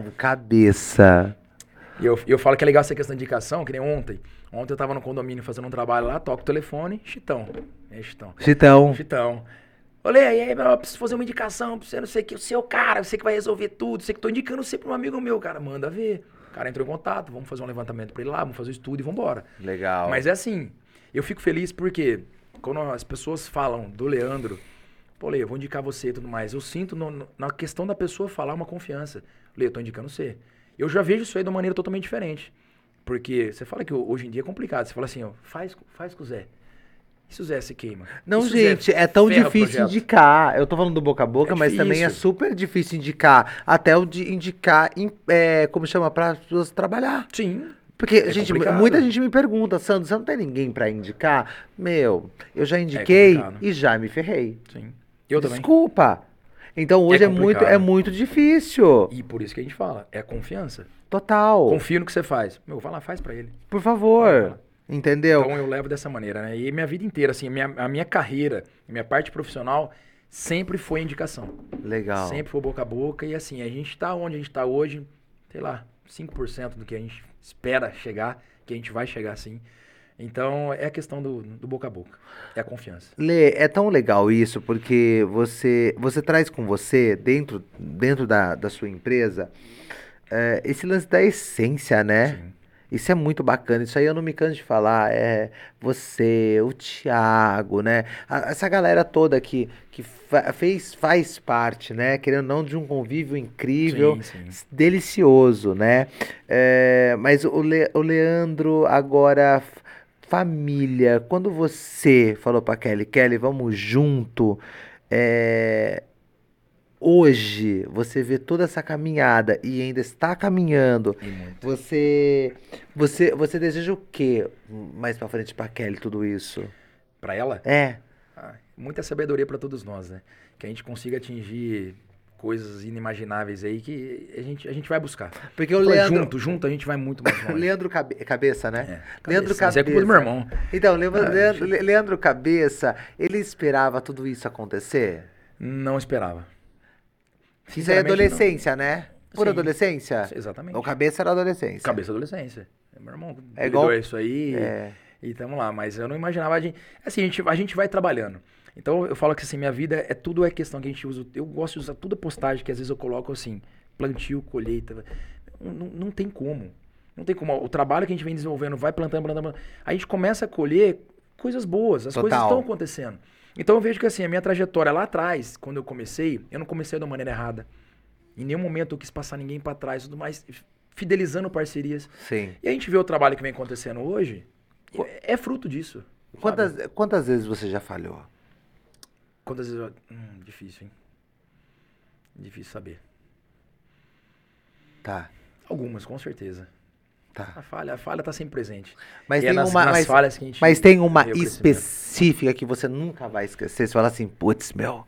cabeça. E eu, e eu falo que é legal essa questão de indicação, que nem ontem. Ontem eu tava no condomínio fazendo um trabalho lá, toco o telefone, Chitão. É, Chitão. Chitão. Chitão. Olha aí, aí, meu, eu preciso fazer uma indicação pra você, não sei o que, o seu cara, você que vai resolver tudo, você que tô indicando você pra um amigo meu, cara, manda ver. O cara entrou em contato, vamos fazer um levantamento pra ele lá, vamos fazer o estudo e vambora. Legal. Mas é assim, eu fico feliz porque quando as pessoas falam do Leandro, pô, Lê, eu vou indicar você e tudo mais, eu sinto no, no, na questão da pessoa falar uma confiança. Lê, eu tô indicando você. Eu já vejo isso aí de uma maneira totalmente diferente. Porque você fala que hoje em dia é complicado. Você fala assim, ó, faz, faz com o Zé. E se o Zé se queima? Não, E se o gente, Zé é tão ferra o difícil projeto? indicar. Eu tô falando do boca a boca, É mas também é difícil. super difícil indicar. Até o de indicar, em- é, como chama, para as pessoas trabalhar. Sim. Porque, É gente, complicado. muita gente me pergunta, Sandro, você não tem ninguém pra indicar? Meu, eu já indiquei complicado. e já me ferrei. Sim. Eu também. Desculpa. Então hoje é, muito, complicado. é muito difícil. E por isso que a gente fala, é a confiança. Total. Confia no que você faz. Meu, vai lá, faz pra ele. Por favor. Entendeu? Então eu levo dessa maneira, né? E minha vida inteira, assim, a minha, a minha carreira, a minha parte profissional sempre foi indicação. Legal. Sempre foi boca a boca. E assim, a gente tá onde a gente tá hoje, sei lá, cinco por cento do que a gente espera chegar, que a gente vai chegar assim. Então é a questão do, do boca a boca. É a confiança. Lê, é tão legal isso, porque você, você traz com você, dentro, dentro da, da sua empresa, é, esse lance da essência, né? Sim. Isso é muito bacana, isso aí eu não me canso de falar, é você, o Thiago, né? A- essa galera toda que, que fa- fez, faz parte, né? Querendo ou não, de um convívio incrível, Sim, sim. delicioso, né? É, mas o, Le- o Leandro, agora, f- família, quando você falou pra Kelly, Kelly, vamos junto, é, hoje você vê toda essa caminhada e ainda está caminhando, E muito. você, você, você deseja o quê mais pra frente pra Kelly, tudo isso? Pra ela, É, ah, muita sabedoria pra todos nós, né? Que a gente consiga atingir coisas inimagináveis aí que a gente, a gente vai buscar. porque o Fala, Leandro, Junto, junto a gente vai muito mais longe. Leandro Cabe- Cabeça, né? É, Leandro cabeça. Mas é culpa do meu irmão. Então, Leandro, Ah, Leandro, Le- Leandro Cabeça, ele esperava tudo isso acontecer? Não esperava. Isso aí é Sinceramente, adolescência, né? Por Sim. adolescência? não. Exatamente. O Cabeça era adolescência. Cabeça adolescência. Meu irmão É igual- lidou isso aí É. e tamo lá. Mas eu não imaginava. A gente, assim, a gente, a gente vai trabalhando. Então eu falo que assim, minha vida é tudo é questão que a gente usa. Eu gosto de usar toda postagem que às vezes eu coloco assim, plantio, colheita. Não, não, não tem como. Não tem como. O trabalho que a gente vem desenvolvendo, vai plantando, plantando, plantando. A gente começa a colher coisas boas. As Total. coisas estão acontecendo. Então eu vejo que assim, a minha trajetória lá atrás, quando eu comecei, eu não comecei da maneira errada. Em nenhum momento eu quis passar ninguém pra trás, tudo mais, fidelizando parcerias. Sim. E a gente vê o trabalho que vem acontecendo hoje, é, é fruto disso. sabe? Quantas, quantas vezes você já falhou? Quantas vezes eu... Hum, difícil, hein? Difícil saber. Tá, Algumas, com certeza. tá. A falha, a falha tá sempre presente. Mas E é tem nas- uma, nas mas, falhas que a gente mas tem uma vê o crescimento. específica que você nunca vai esquecer. Você fala assim, putz, meu.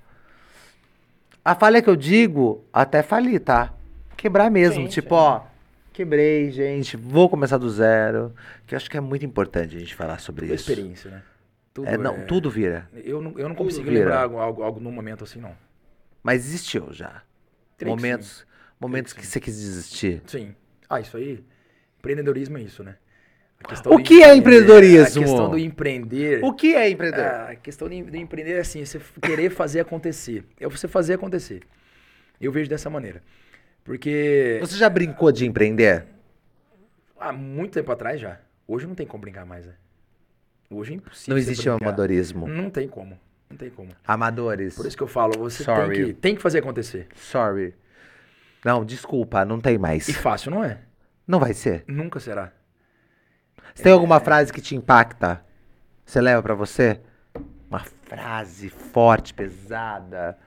A falha que eu digo, até falir, tá? Quebrar mesmo. Sim, tipo, sim. ó, quebrei, gente, vou começar do zero. Que eu acho que é muito importante a gente falar sobre Tudo é isso. experiência, né? Tudo É, não, é- tudo vira. Eu não, eu não tudo consigo vira. lembrar algo, algo, algo num momento assim, não. Mas existiu já. Creio que Momentos, momentos Creio que que você quis desistir. Sim. Ah, isso aí. Empreendedorismo é isso, né? A questão O do que é empreender- empreendedorismo? A questão do empreender. O que é empreender? Ah, a questão de, de empreender é assim, você querer fazer acontecer. É você fazer acontecer. Eu vejo dessa maneira. Porque Você já brincou de empreender? há muito tempo atrás já. Hoje não tem como brincar mais, né? Hoje é impossível. Não você existe o brincar. amadorismo. Não tem como. Não tem como. Amadores. Por isso que eu falo, você tem Sorry. que, tem que fazer acontecer. Sorry. Não, desculpa, não tem mais. E fácil não é. Não vai ser. Nunca será. Você tem alguma frase que te impacta? Você leva pra você? Uma frase forte, pesada.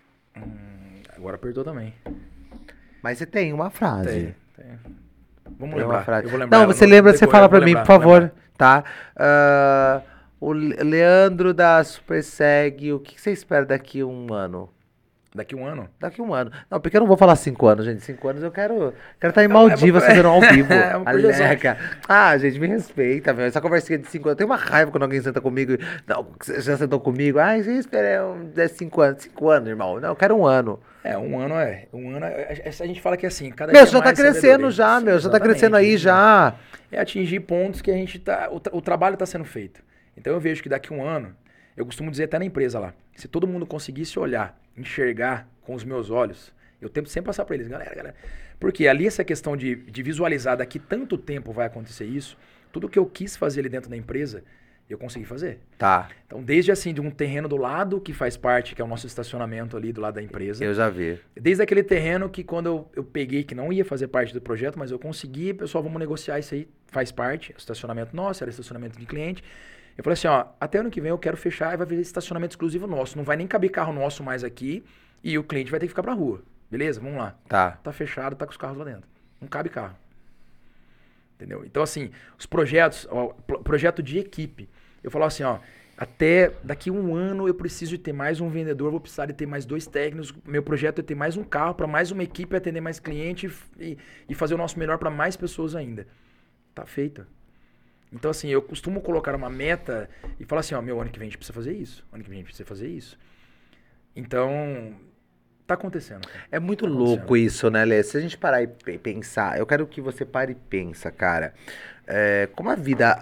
Agora apertou também. Mas você tem uma frase. Tem, tem. Vamos Tem uma lembrar. frase. Eu vou lembrar Não, ela você no lembra, você decorrer, fala eu vou pra mim, lembrar, por vou favor, lembrar. tá? Ah, o Le- Leandro da Superseg, o que que você espera daqui a um ano? Daqui um ano. Daqui a um ano. Não, porque eu não vou falar cinco anos, gente. Cinco anos eu quero quero estar em É uma- Maldivas é uma- fazendo um ao vivo. é uma projeção. Aleca. Ah, gente, me respeita, velho. Essa conversinha de cinco anos. Eu tenho uma raiva quando alguém senta comigo. e- Não, você já sentou comigo. Ai, você espera um, dez, cinco anos. Cinco anos, irmão. Não, eu quero um ano. É, um ano é. Um ano é. A a gente fala que é assim, cada Meu, dia você já tá mais crescendo sabedoria. já, Sim, meu. Já tá exatamente. crescendo aí já. É atingir pontos que a gente tá. O, tra- o trabalho tá sendo feito. Então eu vejo que daqui um ano, eu costumo dizer até na empresa lá, se todo mundo conseguisse olhar, enxergar com os meus olhos, eu tento sempre passar pra eles, galera, galera. Porque ali essa questão de, de visualizar daqui tanto tempo vai acontecer isso, tudo que eu quis fazer ali dentro da empresa, Eu consegui fazer. Tá. Então, desde assim, de um terreno do lado, que faz parte, que é o nosso estacionamento ali do lado da empresa. Eu já vi. Desde aquele terreno que quando eu, eu peguei, que não ia fazer parte do projeto, mas eu consegui, pessoal, vamos negociar isso aí, faz parte. Estacionamento nosso, era estacionamento de cliente. Eu falei assim, ó, até ano que vem eu quero fechar e vai vir estacionamento exclusivo nosso. Não vai nem caber carro nosso mais aqui e o cliente vai ter que ficar pra rua. Beleza? Vamos lá. Tá. Tá fechado, tá com os carros lá dentro. Não cabe carro. Entendeu? Então, assim, os projetos, ó, projeto de equipe. Eu falo assim, ó, até daqui um ano eu preciso de ter mais um vendedor, vou precisar de ter mais dois técnicos. Meu projeto é ter mais um carro para mais uma equipe, atender mais cliente e, e fazer o nosso melhor para mais pessoas ainda. Tá feito. Então, assim, eu costumo colocar uma meta e falar assim, ó, meu, ano que vem a gente precisa fazer isso. Ano que vem a gente precisa fazer isso. Então, tá acontecendo. Cara. É muito tá louco isso, né, Lê? Se a gente parar e pensar, eu quero que você pare e pensa, cara, é, como a vida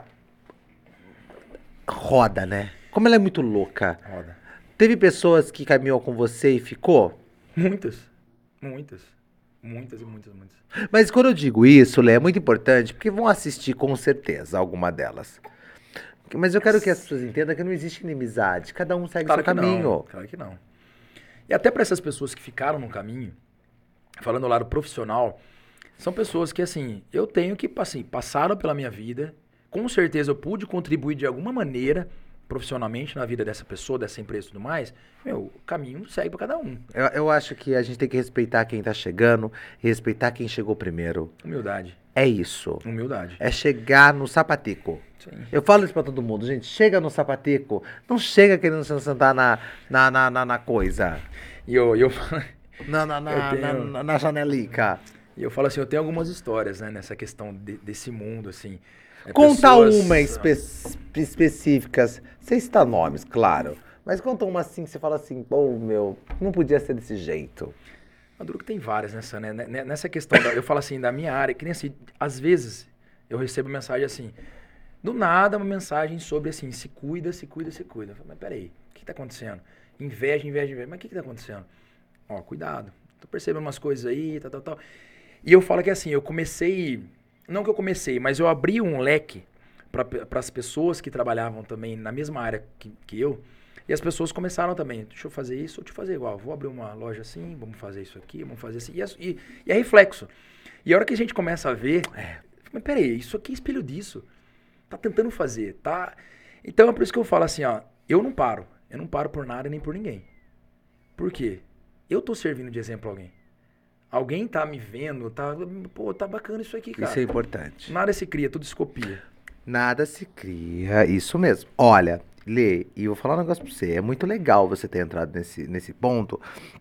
roda, né? Como ela é muito louca. Roda. Teve pessoas que caminhou com você e ficou? Muitas. Muitas. Muitas e muitas, muitas. Mas quando eu digo isso, Lê, é muito importante, porque vão assistir com certeza alguma delas. Mas eu quero que as pessoas entendam que não existe inimizade. Cada um segue o Claro seu que caminho. Não, claro que não. E até para essas pessoas que ficaram no caminho, falando lá do profissional, são pessoas que, assim, eu tenho que, assim, passaram pela minha vida, com certeza eu pude contribuir de alguma maneira profissionalmente na vida dessa pessoa, dessa empresa e tudo mais. Meu, o caminho segue para cada um. Eu, eu acho que a gente tem que respeitar quem tá chegando e respeitar quem chegou primeiro. Humildade. É isso. Humildade. É chegar no sapatico. Sim. Eu falo isso pra todo mundo, gente. Chega no sapatico. Não chega querendo se sentar na, na, na, na, na coisa. E eu, eu, Na, na, na, Eu tenho- na, na janelica. e eu falo assim, eu tenho algumas histórias, né, nessa questão de- desse mundo, assim. É, Conta pessoas- uma espe específicas. Sem citar nomes, claro. Mas conta uma assim que você fala assim, pô, meu, não podia ser desse jeito. Maduro que tem várias nessa, né? Né- Nessa questão, da- eu falo assim, da minha área, que nem assim, às vezes eu recebo mensagem assim, do nada uma mensagem sobre assim, se cuida, se cuida, se cuida. Eu falo, mas peraí, o que tá acontecendo? Inveja, inveja, inveja. Mas o que que tá acontecendo? Ó, cuidado. Tô percebendo umas coisas aí, tal, tal, tal. E eu falo que assim, eu comecei, não que eu comecei, mas eu abri um leque para as pessoas que trabalhavam também na mesma área que, que eu. E as pessoas começaram também, deixa eu fazer isso, deixa eu fazer igual, vou abrir uma loja assim, vamos fazer isso aqui, vamos fazer assim. E é, e, e é reflexo. E a hora que a gente começa a ver, é, mas peraí, isso aqui é espelho disso. Tá tentando fazer, tá? Então é por isso que eu falo assim, ó, eu não paro. Eu não paro por nada nem por ninguém. Por quê? Eu tô servindo de exemplo a alguém. Alguém tá me vendo, tá, pô, tá bacana isso aqui, cara. Isso é importante. Nada se cria, tudo se copia. Nada se cria, isso mesmo. Olha, Lê, e eu vou falar um negócio pra você. É muito legal você ter entrado nesse, nesse ponto,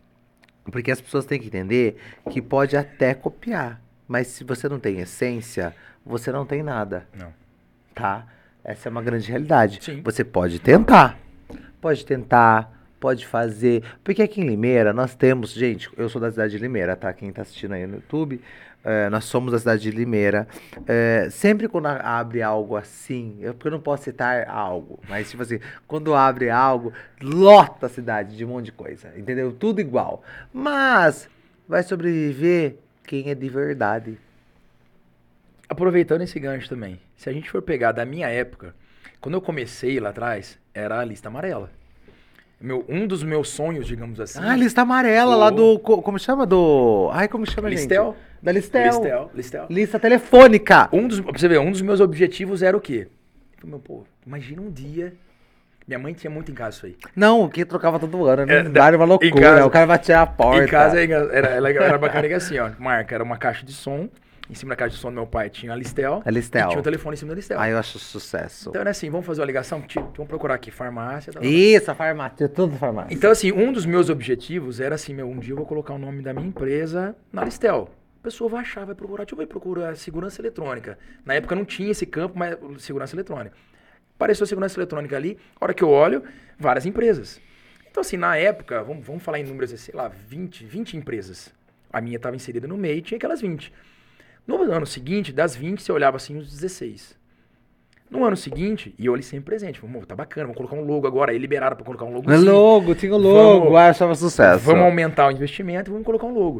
porque as pessoas têm que entender que pode até copiar, mas se você não tem essência, você não tem nada, Não. tá? Essa é uma grande realidade. Sim. Você pode tentar, pode tentar, pode fazer, porque aqui em Limeira nós temos, gente, eu sou da cidade de Limeira, tá? Quem tá assistindo aí no YouTube, é, nós somos da cidade de Limeira. É, sempre quando a- abre algo assim, eu, porque eu não posso citar algo, mas tipo assim, quando abre algo, lota a cidade de um monte de coisa, entendeu? Tudo igual. Mas vai sobreviver quem é de verdade. Aproveitando esse gancho também, se a gente for pegar da minha época, quando eu comecei lá atrás, era a lista amarela. Meu, um dos meus sonhos, digamos assim. Ah, lista amarela lá do, co- como chama? Do, ai, como chama, Listel. gente? Da Listel. Listel, Listel. Lista telefônica. Um dos, pra você ver, um dos meus objetivos era o quê? Eu falei, meu, pô, imagina um dia. Minha mãe tinha muito em casa isso aí. Não, que trocava todo ano, É, né? Era uma em loucura, casa- o cara batia a porta. Em casa era, era, era, era bacana que assim, ó, marca, era uma caixa de som. Em cima da caixa de som do meu pai tinha a Listel. A Listel. E tinha o telefone em cima da Listel. Aí eu acho sucesso. Então era assim, vamos fazer uma ligação? Tipo, vamos procurar aqui, farmácia. Tal, tal, tal. Isso, a farmácia, tudo farmácia. Então, assim, um dos meus objetivos era assim, meu, um dia eu vou colocar o nome da minha empresa na Listel. A pessoa vai achar, vai procurar, deixa eu ver, procura segurança eletrônica. Na época não tinha esse campo, mas segurança eletrônica. Apareceu segurança eletrônica ali, a hora que eu olho, várias empresas. Então, assim, na época, vamos, vamos falar em números, sei lá, vinte, vinte empresas. A minha estava inserida no meio, tinha aquelas vinte. No ano seguinte, das vinte, você olhava assim, uns dezesseis. No ano seguinte, e eu ali sempre presente. Falei, tá bacana, vamos colocar um logo agora. Aí liberaram pra colocar um logo. No logo, tinha o logo, Vamos- ah, achava sucesso. Vamos aumentar o investimento e vamos colocar um logo.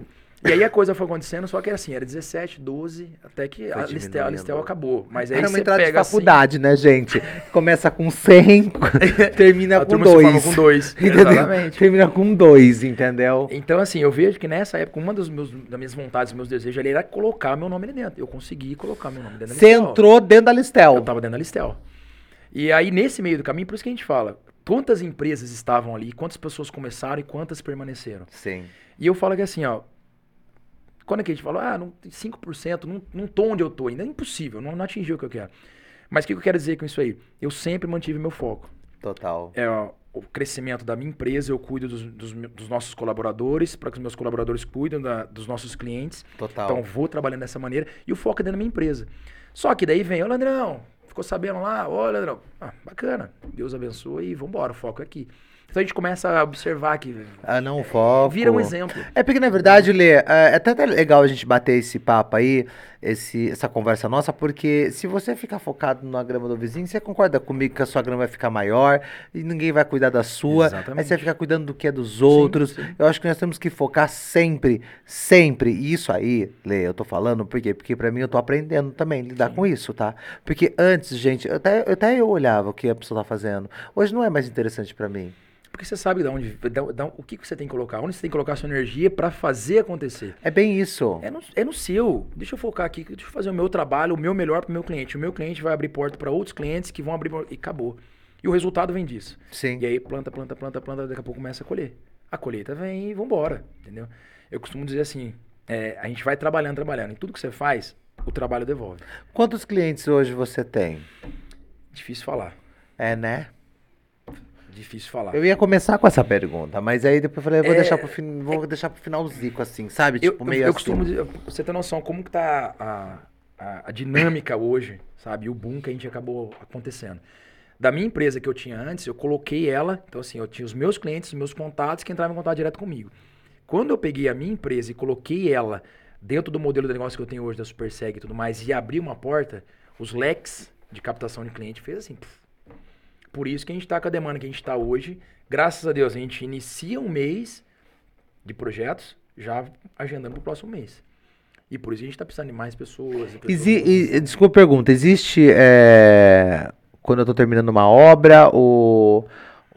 E aí a coisa foi acontecendo, só que era assim, era dezessete, doze, até que a Listel, a Listel acabou. Mas aí Era uma você entrada de pega faculdade, assim, né, gente? Começa com cem, termina a com turma se forma dois. com dois, Entendeu? exatamente. Termina com dois, entendeu? Então, assim, eu vejo que nessa época, uma dos meus, das minhas vontades, dos meus desejos ali era colocar meu nome ali dentro. Eu consegui colocar meu nome dentro da Você Listel. entrou dentro da Listel. Eu tava dentro da Listel. E aí, nesse meio do caminho, por isso que a gente fala, quantas empresas estavam ali, quantas pessoas começaram e quantas permaneceram. Sim. E eu falo que assim, ó, quando é que a gente fala, ah, não, cinco por cento, não, não tô onde eu tô ainda, é impossível, não, não atingi o que eu quero. Mas o que eu quero dizer com isso aí? Eu sempre mantive meu foco. Total. É, ó, o crescimento da minha empresa, eu cuido dos, dos, dos nossos colaboradores, para que os meus colaboradores cuidem da, dos nossos clientes. Total. Então, vou trabalhando dessa maneira e o foco é dentro da minha empresa. Só que daí vem, ô Leandrão, ficou sabendo lá? Ô Leandrão, ah, bacana, Deus abençoe e vambora, o foco é aqui. Então a gente começa a observar que ah, não, o foco. Vira um exemplo. É porque, na verdade, Lê, é até legal a gente bater esse papo aí, esse, essa conversa nossa, porque se você ficar focado na grama do vizinho, você concorda comigo que a sua grama vai ficar maior e ninguém vai cuidar da sua. Exatamente. Aí você vai ficar cuidando do que é dos outros. Sim, sim. Eu acho que nós temos que focar sempre, sempre. E isso aí, Lê, eu tô falando, por quê? Porque pra mim eu tô aprendendo também lidar sim. com isso, tá? Porque antes, gente, até, até eu olhava o que a pessoa tá fazendo. Hoje não é mais interessante pra mim. Porque você sabe de onde, da, da, o que, que você tem que colocar, onde você tem que colocar a sua energia para fazer acontecer. É bem isso. É no, é no seu. Deixa eu focar aqui, deixa eu fazer o meu trabalho, o meu melhor para o meu cliente. O meu cliente vai abrir porta para outros clientes que vão abrir e acabou. E o resultado vem disso. Sim. E aí planta, planta, planta, planta, daqui a pouco começa a colher. A colheita vem e vambora, entendeu? Eu costumo dizer assim, é, a gente vai trabalhando, trabalhando. Em tudo que você faz, o trabalho devolve. Quantos clientes hoje você tem? Difícil falar. É, né? Difícil falar. Eu ia começar com essa pergunta, mas aí depois eu falei, eu vou, é, deixar, pro fin... vou é, deixar pro finalzico, assim, sabe? Tipo, eu, meio eu, eu assim. costumo dizer, você ter noção como que tá a, a, a dinâmica hoje, sabe? E o boom que a gente acabou acontecendo. Da minha empresa que eu tinha antes, eu coloquei ela, então assim, eu tinha os meus clientes, os meus contatos que entravam em contato direto comigo. Quando eu peguei a minha empresa e coloquei ela dentro do modelo de negócio que eu tenho hoje da SuperSeg e tudo mais, e abri uma porta, os leques de captação de cliente fez assim... Pff, por isso que a gente está com a demanda que a gente está hoje. Graças a Deus, a gente inicia um mês de projetos já agendando para o próximo mês. E por isso a gente está precisando de mais pessoas. De pessoas Exi e, desculpa a pergunta. Existe, é, quando eu estou terminando uma obra, o,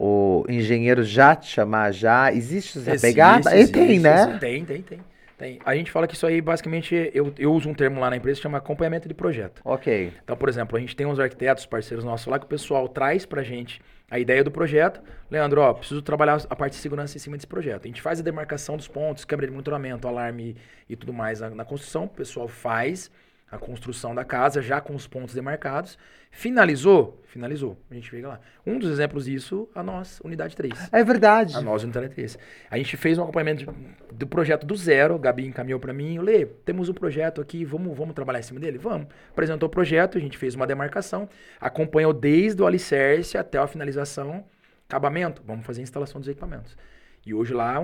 o engenheiro já te chamar já? Existe essa existe, pegada? Existe, tem, existe, né? Existe, tem, tem, tem. Tem. A gente fala que isso aí, basicamente, eu, eu uso um termo lá na empresa que chama acompanhamento de projeto. Ok. Então, por exemplo, a gente tem uns arquitetos, parceiros nossos lá, que o pessoal traz pra gente a ideia do projeto. Leandro, ó, preciso trabalhar a parte de segurança em cima desse projeto. A gente faz a demarcação dos pontos, câmera de monitoramento, alarme e tudo mais na, na construção. O pessoal faz a construção da casa já com os pontos demarcados. Finalizou? Finalizou. A gente chega lá. Um dos exemplos disso, a nós, Unidade três. É verdade. A nós, Unidade três. A gente fez um acompanhamento de, do projeto do zero. O Gabi encaminhou para mim. Lê, temos um projeto aqui, vamos, vamos trabalhar em cima dele? Vamos. Apresentou o projeto, a gente fez uma demarcação, acompanhou desde o alicerce até a finalização, acabamento. Vamos fazer a instalação dos equipamentos. E hoje lá...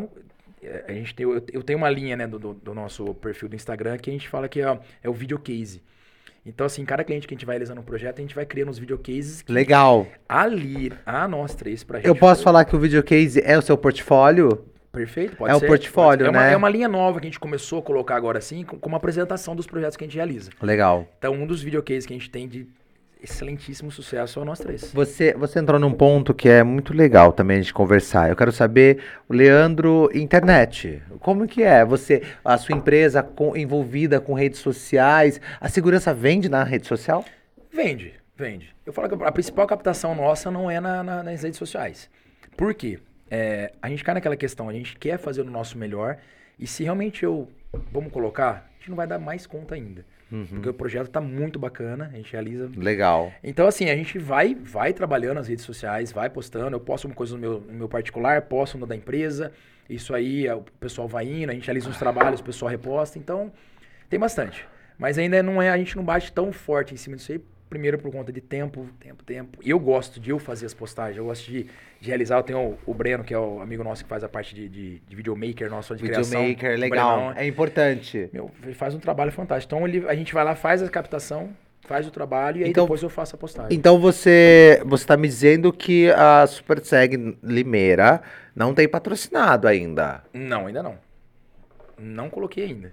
A gente tem, eu tenho uma linha, né, do, do nosso perfil do Instagram que a gente fala que é, é o videocase. Então, assim, cada cliente que a gente vai realizando um projeto, a gente vai criando os videocases. Legal. Ali, a nós três, pra gente. Eu posso foi... falar que o videocase é o seu portfólio? Perfeito, pode é ser. É o portfólio, né? É uma, né? é uma linha nova que a gente começou a colocar agora, assim, com, com uma apresentação dos projetos que a gente realiza. Legal. Então, um dos videocases que a gente tem de excelentíssimo sucesso é nós três. Você, você entrou num ponto que é muito legal também de conversar. Eu quero saber, o Leandro, internet. Como que é? Você, a sua empresa com, envolvida com redes sociais, a segurança vende na rede social? Vende, vende. Eu falo que a principal captação nossa não é na, na, nas redes sociais. Por quê? É, a gente cai naquela questão, a gente quer fazer o nosso melhor e se realmente eu, vamos colocar, a gente não vai dar mais conta ainda. Uhum. Porque o projeto tá muito bacana, a gente realiza... Legal. Então, assim, a gente vai, vai trabalhando nas redes sociais, vai postando, eu posto uma coisa no meu, no meu particular, posto no da empresa, isso aí, o pessoal vai indo, a gente realiza uns trabalhos, o pessoal reposta, então tem bastante. Mas ainda não é, a gente não bate tão forte em cima disso aí, primeiro por conta de tempo, tempo, tempo. E eu gosto de eu fazer as postagens, eu gosto de, de realizar. Eu tenho o, o Breno, que é o amigo nosso que faz a parte de, de, de videomaker nosso, de criação. Videomaker, legal, Brenão, é importante. Meu, ele faz um trabalho fantástico. Então ele, a gente vai lá, faz a captação, faz o trabalho e aí então, depois eu faço a postagem. Então você você tá me dizendo que a SuperSeg Limeira não tem patrocinado ainda? Não, ainda não. Não coloquei ainda.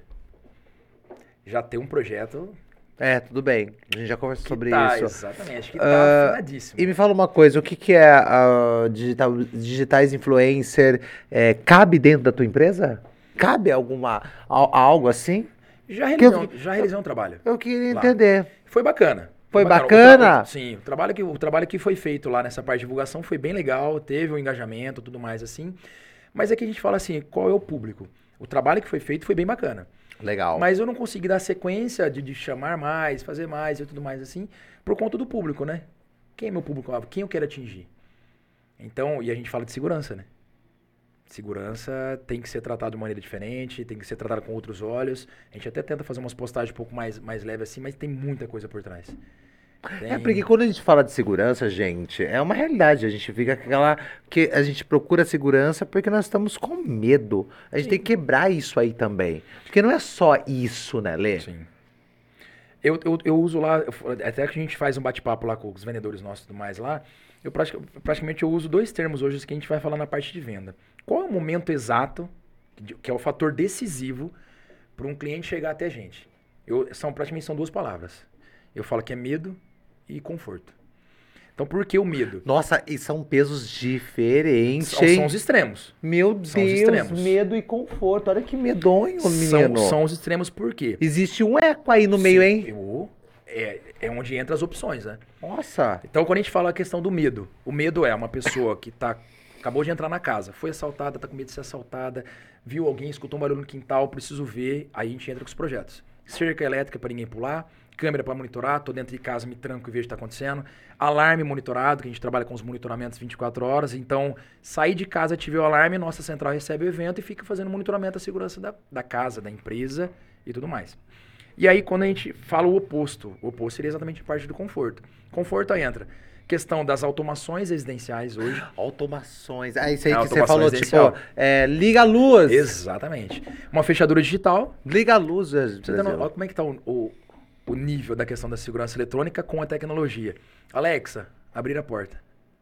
Já tem um projeto... É, tudo bem. A gente já conversou sobre tá, isso. Exatamente, que tá uh, afinadíssimo. E me fala uma coisa, o que, que é uh, digital, digitais influencer? É, cabe dentro da tua empresa? Cabe alguma, a, algo assim? Já realizei, eu, já realizei um trabalho. Eu queria lá. entender. Foi bacana. Foi, foi bacana? bacana? O tra o, sim, o trabalho, que, o trabalho que foi feito lá nessa parte de divulgação foi bem legal, teve um engajamento, tudo mais assim. Mas é que a gente fala assim, qual é o público? O trabalho que foi feito foi bem bacana. Legal. Mas eu não consegui dar sequência de, de chamar mais, fazer mais e tudo mais assim, por conta do público, né? Quem é meu público? Quem eu quero atingir? Então, e a gente fala de segurança, né? Segurança tem que ser tratado de maneira diferente, tem que ser tratado com outros olhos. A gente até tenta fazer umas postagens um pouco mais, mais leves assim, mas tem muita coisa por trás. Tem... É porque quando a gente fala de segurança, gente, é uma realidade. A gente fica com aquela... que a gente procura segurança porque nós estamos com medo. A gente Sim. tem que quebrar isso aí também. Porque não é só isso, né, Lê? Sim. Eu, eu, eu uso lá, eu, até que a gente faz um bate-papo lá com os vendedores nossos e tudo mais lá, eu praticamente, praticamente eu uso dois termos hoje que a gente vai falar na parte de venda. Qual é o momento exato, que é o fator decisivo, para um cliente chegar até a gente? Eu, são, praticamente são duas palavras. Eu falo que é medo e conforto. Então, por que o medo? Nossa, e são pesos diferentes. São, são os extremos. Meu são Deus, extremos. Medo e conforto. Olha que medonho, menino. São, são os extremos por quê? Existe um eco aí no Sim, meio, hein? Eu, é, é onde entra as opções, né? Nossa. Então, quando a gente fala a questão do medo, o medo é uma pessoa que tá, acabou de entrar na casa, foi assaltada, tá com medo de ser assaltada, viu alguém, escutou um barulho no quintal, preciso ver, aí a gente entra com os projetos. Cerca elétrica para ninguém pular, câmera para monitorar, tô dentro de casa, me tranco e vejo o que está acontecendo. Alarme monitorado, que a gente trabalha com os monitoramentos vinte e quatro horas. Então, sair de casa, ativei o alarme, nossa central recebe o evento e fica fazendo monitoramento da segurança da, da casa, da empresa e tudo mais. E aí, quando a gente fala o oposto, o oposto seria exatamente a parte do conforto. Conforto aí entra questão das automações residenciais hoje. Automações. Ah, isso aí é, que você falou, tipo, é, liga a luz. Exatamente. Uma fechadura digital. Liga a luz. Você tá no, olha como é que tá o... o o nível da questão da segurança eletrônica com a tecnologia. Alexa, abrir a porta.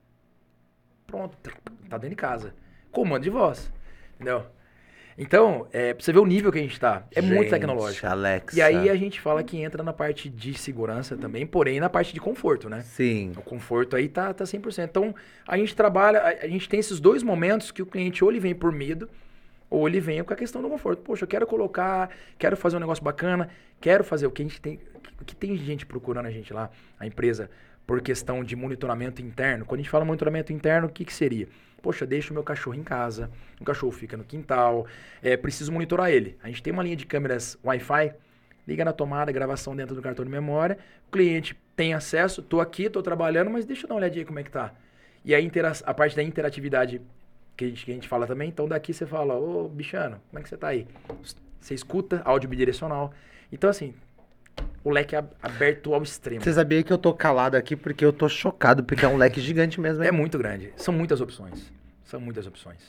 Pronto, tá dentro de casa. Comando de voz, entendeu? Então, é, pra você ver o nível que a gente tá, é gente, muito tecnológico. Alexa. E aí a gente fala que entra na parte de segurança também, porém na parte de conforto, né? Sim. O conforto aí tá, tá cem por cento. Então, a gente trabalha, a, a gente tem esses dois momentos que o cliente ou ele vem por medo, ou ele vem com a questão do conforto. Poxa, eu quero colocar, quero fazer um negócio bacana, quero fazer o que a gente tem... O que tem gente procurando a gente lá, a empresa, por questão de monitoramento interno. Quando a gente fala monitoramento interno, o que, que seria? Poxa, deixa o meu cachorro em casa, o cachorro fica no quintal, é, preciso monitorar ele. A gente tem uma linha de câmeras Wi-Fi, liga na tomada, gravação dentro do cartão de memória, o cliente tem acesso, tô aqui, tô trabalhando, mas deixa eu dar uma olhadinha como é que tá. E a, intera a parte da interatividade que a, gente, que a gente fala também, então daqui você fala, ô bichano, como é que você tá aí? Você escuta, áudio bidirecional. Então assim, o leque é aberto ao extremo. Você sabia que eu tô calado aqui porque eu tô chocado, porque é um leque gigante mesmo, hein? É muito grande. São muitas opções. São muitas opções.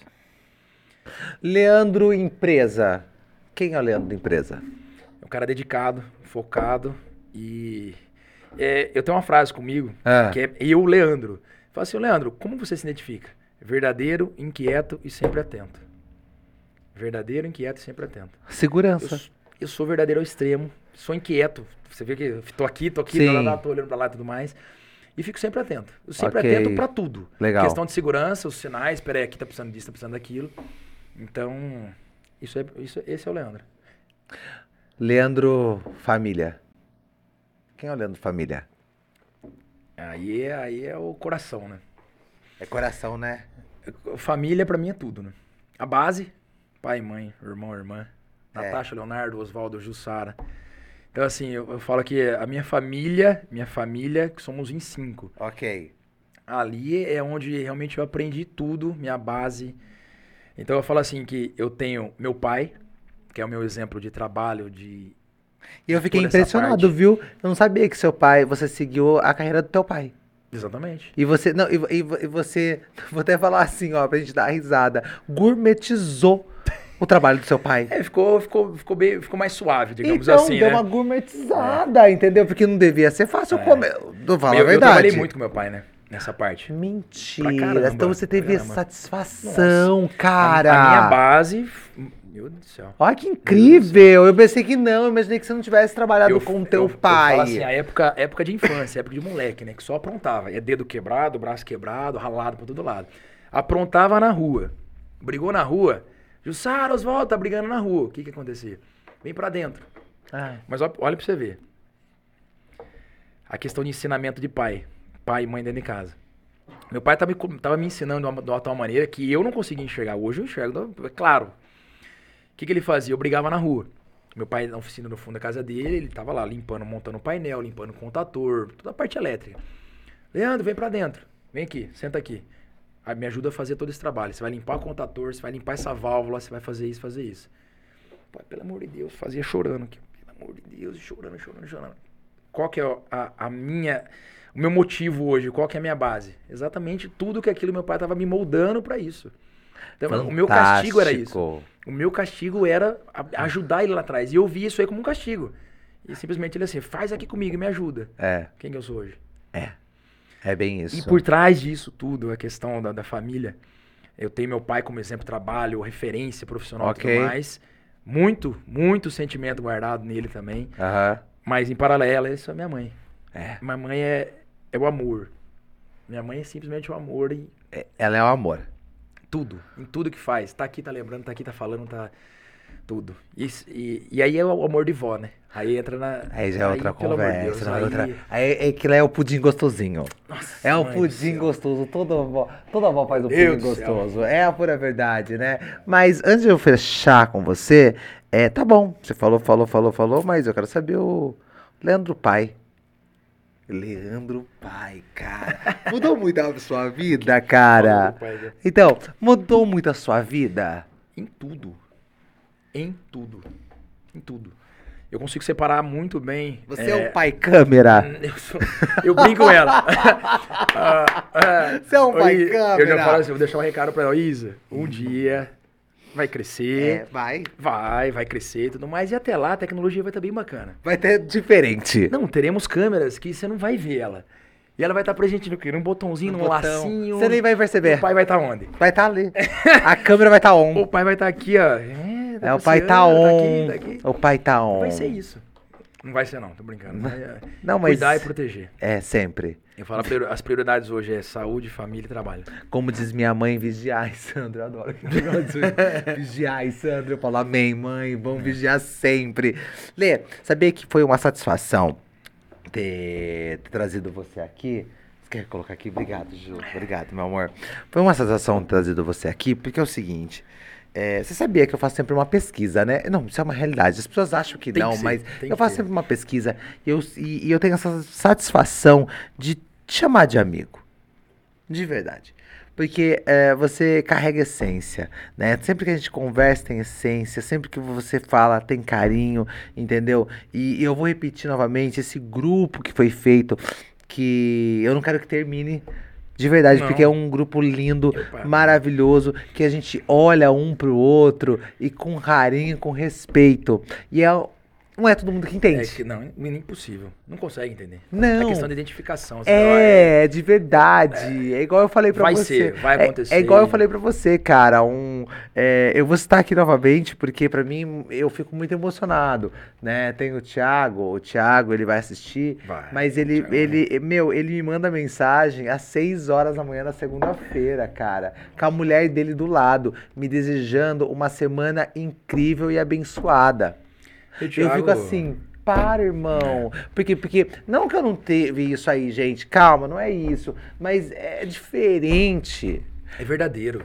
Leandro Empresa. Quem é o Leandro Empresa? É um cara dedicado, focado e... É, eu tenho uma frase comigo, ah. que é eu, Leandro. Fala assim, Leandro, como você se identifica? Verdadeiro, inquieto e sempre atento. Verdadeiro, inquieto e sempre atento. Segurança. Eu, eu sou verdadeiro ao extremo. Sou inquieto, você vê que eu tô aqui, tô aqui, lá, lá, tô olhando pra lá e tudo mais. E fico sempre atento. Eu sempre okay. atento pra tudo. Legal. Questão de segurança, os sinais, peraí, aqui tá precisando disso, tá precisando daquilo. Então, isso é, isso, esse é o Leandro. Leandro Família. Quem é o Leandro Família? Aí é, aí é o coração, né? É coração, né? Família pra mim é tudo, né? A base, pai, mãe, irmão, irmã, é. Natasha, Leonardo, Oswaldo, Jussara. Então, assim, eu, eu falo que a minha família, minha família, que somos em cinco. Ok. Ali é onde realmente eu aprendi tudo, minha base. Então, eu falo assim que eu tenho meu pai, que é o meu exemplo de trabalho, de... E eu fiquei impressionado, viu? Eu não sabia que seu pai, você seguiu a carreira do teu pai. Exatamente. E você, não, e, e, e você, vou até falar assim, ó, pra gente dar risada, gourmetizou o trabalho do seu pai. É, ficou, ficou, ficou, bem, ficou mais suave, digamos então, assim, deu né? uma gourmetizada, é. entendeu? Porque não devia ser fácil é. comer. Vou falar eu, a verdade. Eu trabalhei muito com meu pai, né? Nessa parte. Mentira. Caramba, então você teve caramba. satisfação, Nossa. cara. A, a minha base Meu Deus do céu. Olha que incrível! Eu pensei que não, eu imaginei que você não tivesse trabalhado Eu- com o teu eu- pai. Eu falo assim, a época, época de infância, época de moleque, né? Que só aprontava. É dedo quebrado, braço quebrado, ralado pra todo lado. Aprontava na rua. Brigou na rua. Jussara, Oswaldo, tá brigando na rua. O que que acontecia? Vem pra dentro. Ah, Mas ó- olha pra você ver. A questão de ensinamento de pai. Pai e mãe dentro de casa. Meu pai tava me, co- tava me ensinando de uma, de uma tal maneira que eu não conseguia enxergar. Hoje eu enxergo, é claro. O que, que ele fazia? Eu brigava na rua. Meu pai na oficina no fundo da casa dele, ele tava lá limpando, montando o painel, limpando o contator, toda a parte elétrica. Leandro, vem pra dentro. Vem aqui, senta aqui. Aí me ajuda a fazer todo esse trabalho. Você vai limpar o contator, você vai limpar essa válvula, você vai fazer isso, fazer isso. Pai, pelo amor de Deus, fazia chorando aqui. Pelo amor de Deus, chorando, chorando, chorando. Qual que é a, a minha, o meu motivo hoje? Qual que é a minha base? Exatamente tudo que aquilo meu pai estava me moldando para isso. Então, o meu castigo era isso. fantástico. O meu castigo era a- ajudar ele lá atrás. E eu via isso aí como um castigo. E simplesmente ele assim, faz aqui comigo e me ajuda. É, Quem que eu sou hoje? é bem isso. E por trás disso tudo, a questão da, da família, eu tenho meu pai como exemplo de trabalho, referência profissional e Ok. tudo mais. Muito, muito sentimento guardado nele também. Aham. Mas em paralelo, essa é a minha mãe. É. Minha mãe é, é o amor. Minha mãe é simplesmente o amor em É, ela é o amor. tudo. Em tudo que faz. Tá aqui, tá lembrando, tá aqui, tá falando, tá... Tudo. E, e, e aí é o amor de vó, né? Aí entra na... Aí já é outra pelo amor de conversa. Deus, não é aí- outra... Aí é que lá é o pudim gostosinho. Nossa, É o mãe do pudim céu. gostoso. Toda avó, toda avó faz o Deus pudim do céu. gostoso. É a pura verdade, né? Mas antes de eu fechar com você, é, tá bom. Você falou, falou, falou, falou, mas eu quero saber o Leandro Pai. Leandro Pai, cara. Mudou muito a sua vida, cara? Falou, pai, Então, mudou muito a sua vida? Em tudo. Em tudo. Em tudo. Eu consigo separar muito bem. Você é, o pai câmera? Eu, sou- eu brinco com ela. Ah, ah, Você é um ô, pai Isa, câmera? Eu já falo assim, vou deixar um recado pra ela. Ô, Isa, um dia vai crescer, É, vai. vai, vai crescer e tudo mais. E até lá a tecnologia vai estar bem bacana. Vai ter diferente. Não, teremos câmeras que você não vai ver ela. E ela vai estar presente no quê? Num botãozinho, No num botão. lacinho. Você nem vai perceber. O pai vai estar onde? Vai estar ali. A câmera vai estar on. O pai vai estar aqui, ó. É, É, o pai tá passeando, on. Tá aqui, tá aqui. O pai tá on. Vai ser isso. Não vai ser não, tô brincando. Vai, é, Não, mas- Cuidar e proteger. É, sempre. Eu falo, a priori- as prioridades hoje é saúde, família e trabalho. Como diz minha mãe, vigiai, Sandro. Eu adoro. Vigiai, Sandro. Eu falo, amém, mãe. Vamos vigiar sempre. Lê, sabia que foi uma satisfação ter, ter trazido você aqui? Você quer colocar aqui? Obrigado, Ju. Obrigado, meu amor. Foi uma satisfação ter trazido você aqui, porque é o seguinte... é, você sabia que eu faço sempre uma pesquisa, né? Não, isso é uma realidade. As pessoas acham que Tem não, que ser, mas tem eu que faço ter. sempre uma pesquisa e eu, e, e eu tenho essa satisfação de te chamar de amigo. De verdade. Porque é, você carrega essência, né? Sempre que a gente conversa tem essência, sempre que você fala tem carinho, entendeu? E, e eu vou repetir novamente, esse grupo que foi feito, que eu não quero que termine de verdade, Não. porque é um grupo lindo, Opa. maravilhoso, que a gente olha um pro outro e com carinho, com respeito. E é, não é todo mundo que entende. É que não, é impossível. Não consegue entender. Não. É questão de identificação. Você É, de verdade. É, igual eu falei pra Vai você. ser, vai É- acontecer. É, igual eu falei pra você, cara. Um, é, eu vou citar aqui novamente, porque pra mim eu fico muito emocionado, né? Tem o Thiago, o Thiago, ele vai assistir, Vai, mas ele, Thiago. ele, meu, ele me manda mensagem às seis horas da manhã na segunda-feira, cara, com a mulher dele do lado, me desejando uma semana incrível e abençoada. E o Eu Thiago- fico assim, para, irmão. Porque, porque, não que eu não teve isso aí, gente. Calma, não é isso. Mas é diferente. É verdadeiro.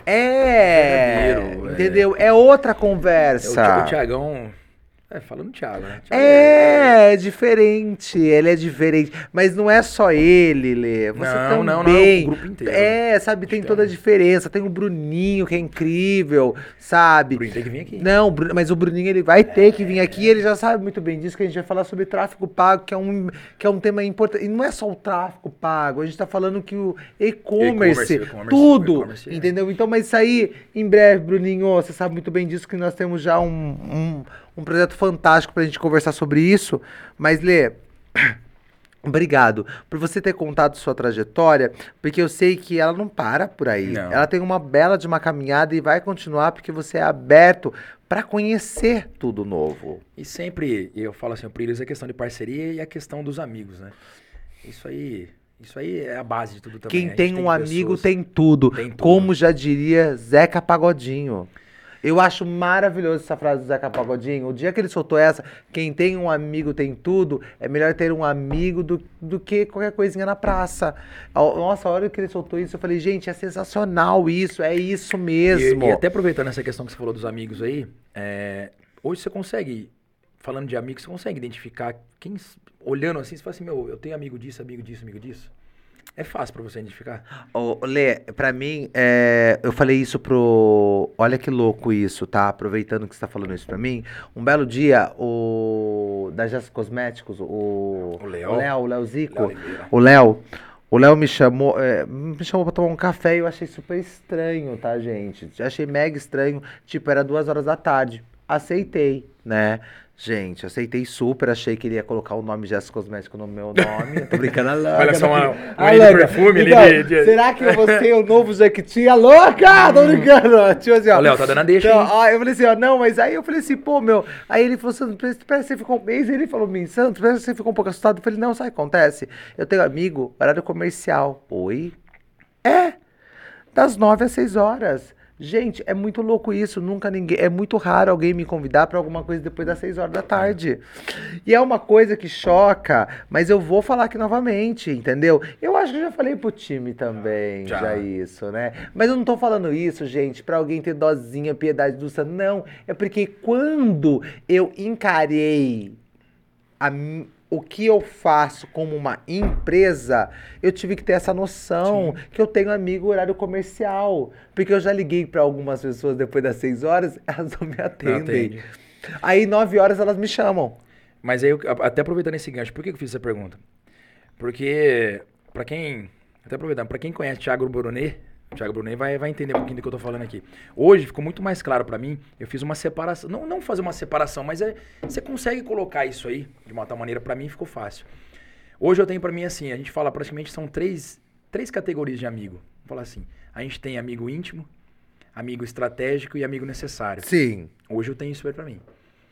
É. verdadeiro, é. Entendeu? É outra É, o, Thi- conversa. o Thiagão... É, falando Thiago, né? Thiago É, é diferente, ele é diferente, mas não é só ele, Lê, você Não, não, não, também, o grupo inteiro. é, sabe, tem Acho que toda a é. diferença, tem o Bruninho que é incrível, sabe, O Bruninho tem que vir aqui. não, o Bru- mas o Bruninho ele vai ter que vir aqui, ele já sabe muito bem disso, que a gente vai falar sobre tráfego pago, que é um, que é um tema importante, e não é só o tráfego pago, a gente tá falando que o e-commerce, E-commerce, e-commerce, tudo, e-commerce, é. entendeu? Então, mas isso aí, em breve, Bruninho, você sabe muito bem disso, que nós temos já um, um, um projeto fantástico pra gente conversar sobre isso. Mas, Lê, Obrigado por você ter contado sua trajetória, porque eu sei que ela não para por aí. Não. Ela tem uma bela de uma caminhada e vai continuar porque você é aberto para conhecer tudo novo. E sempre, eu falo assim, eu priorizo a questão de parceria e a questão dos amigos, né? Isso aí, isso aí é a base de tudo também. Quem A tem gente um tem amigo pessoas- tem tudo, tem tudo. como já diria Zeca Pagodinho. Eu acho maravilhoso essa frase do Zeca Pagodinho. O dia que ele soltou essa, quem tem um amigo tem tudo, é melhor ter um amigo do, do que qualquer coisinha na praça. Ó, nossa, a hora que ele soltou isso, eu falei, gente, é sensacional isso, é isso E, mesmo. e até aproveitando essa questão que você falou dos amigos aí, é, hoje você consegue, falando de amigos, você consegue identificar quem, olhando assim, você fala assim, meu, eu tenho amigo disso, amigo disso, amigo disso. É fácil pra você identificar? Ô, Lê, pra mim, é, eu falei isso pro... Olha que louco isso, tá? Aproveitando que você tá falando isso pra mim. Um belo dia, o... Da Jazz Cosméticos, o... O Léo. O Léo, o Léo Zico. Léo Oliveira. O Léo... O Léo me chamou, é, me chamou pra tomar um café e eu achei super estranho, tá, gente? Achei mega estranho. Tipo, era duas horas da tarde. Aceitei, né? Gente, aceitei super, achei que ele ia colocar o nome Jazz Cosmético no meu nome. Tô brincando, a louca. Olha só, uma, um A linha de louca. perfume ali Então, de, de... será que eu vou ser o novo Jequiti? A louca! Tô brincando. Tipo assim, ó. Ô, Léo, tá dando a deixa, Então, hein? ó, eu falei assim, ó, não, mas aí eu falei assim, pô, meu. Aí ele falou, Santos, parece que você ficou um mês. Ele falou, mim, Santos, parece que você ficou um pouco assustado. Eu falei, não, sabe o que acontece? Eu tenho amigo, horário comercial. Oi? É, das nove às seis horas. Gente, é muito louco isso. Nunca ninguém. É muito raro alguém me convidar pra alguma coisa depois das seis horas da tarde. E é uma coisa que choca, mas eu vou falar aqui novamente, entendeu? Eu acho que eu já falei pro time também, já, Já. isso, né? Mas eu não tô falando isso, gente, pra alguém ter dosinha, piedade do santo. Não, é porque quando eu encarei a mi- o que eu faço como uma empresa, eu tive que ter essa noção que eu tenho amigo horário comercial. Porque eu já liguei para algumas pessoas depois das seis horas, elas não me atendem. atende. Aí nove horas elas me chamam. Mas aí, eu- até aproveitando esse gancho, por que eu fiz essa pergunta? Porque, pra quem, até aproveitando, pra quem conhece Thiago Brunet, Thiago Brunet vai, vai entender um pouquinho do que eu tô falando aqui. Hoje ficou muito mais claro pra mim, eu fiz uma separação, não, não fazer uma separação, mas é, você consegue colocar isso aí de uma tal maneira, pra mim ficou fácil. Hoje eu tenho pra mim assim, a gente fala praticamente são três, três categorias de amigo. Vamos falar assim, a gente tem amigo íntimo, amigo estratégico e amigo necessário. Sim. Hoje eu tenho isso aí pra mim.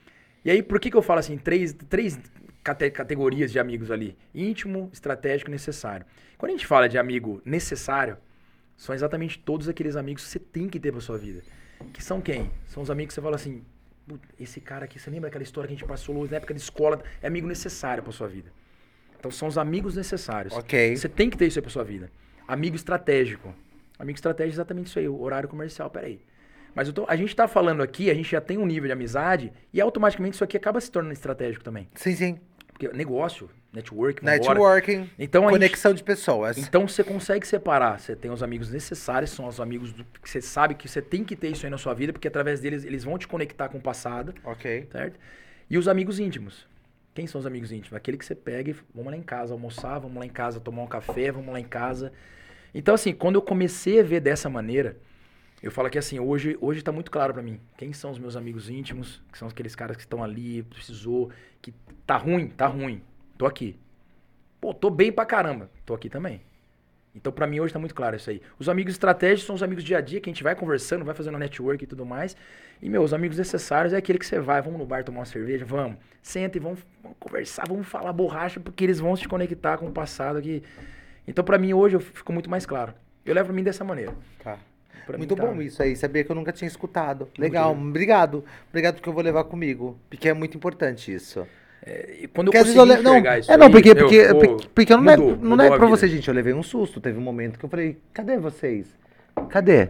E aí, por que que eu falo assim, três, três cate- categorias de amigos ali? Íntimo, estratégico e necessário. Quando a gente fala de amigo necessário, são exatamente todos aqueles amigos que você tem que ter pra sua vida. Que são quem? São os amigos que você fala assim, "Puta, esse cara aqui, você lembra aquela história que a gente passou na época de escola? É amigo necessário pra sua vida. Então são os amigos necessários. Ok. Você tem que ter isso aí pra sua vida. Amigo estratégico. Amigo estratégico é exatamente isso aí, o horário comercial, peraí. Mas eu tô- a gente tá falando aqui, a gente já tem um nível de amizade e automaticamente isso aqui acaba se tornando estratégico também. Sim, sim. Porque negócio, network, vambora. Networking, Então, a gente- conexão de pessoas. Então você consegue separar. Você tem os amigos necessários, são os amigos do, que você sabe que você tem que ter isso aí na sua vida, porque através deles eles vão te conectar com o passado, Ok. certo? E os amigos íntimos. Quem são os amigos íntimos? Aquele que você pega e vamos lá em casa almoçar, vamos lá em casa tomar um café, vamos lá em casa. Então assim, quando eu comecei a ver dessa maneira, eu falo que assim, hoje, hoje tá muito claro pra mim. Quem são os meus amigos íntimos, que são aqueles caras que estão ali, precisou, que tá ruim, tá ruim, tô aqui. Pô, tô bem pra caramba, tô aqui também. Então pra mim hoje tá muito claro isso aí. Os amigos estratégicos são os amigos dia a dia, que a gente vai conversando, vai fazendo network e tudo mais. E, meu, os amigos necessários é aquele que você vai, vamos no bar tomar uma cerveja, vamos, senta e vamos, vamos conversar, vamos falar borracha, porque eles vão se conectar com o passado aqui. Então pra mim hoje eu fico muito mais claro. Eu levo pra mim dessa maneira. Tá. Pra Muito mim tá- bom isso aí, sabia que eu nunca tinha escutado. Legal, obrigado. Obrigado porque eu vou levar comigo, porque é muito importante isso. E quando eu Porque às vezes consegui eu le- não, enxergar isso é não, aí, porque, meu, porque, ficou- porque, porque eu não, mudou, é, não mudou é a pra vida. você, gente. Eu levei um susto. Teve um momento que eu falei, cadê vocês? Cadê?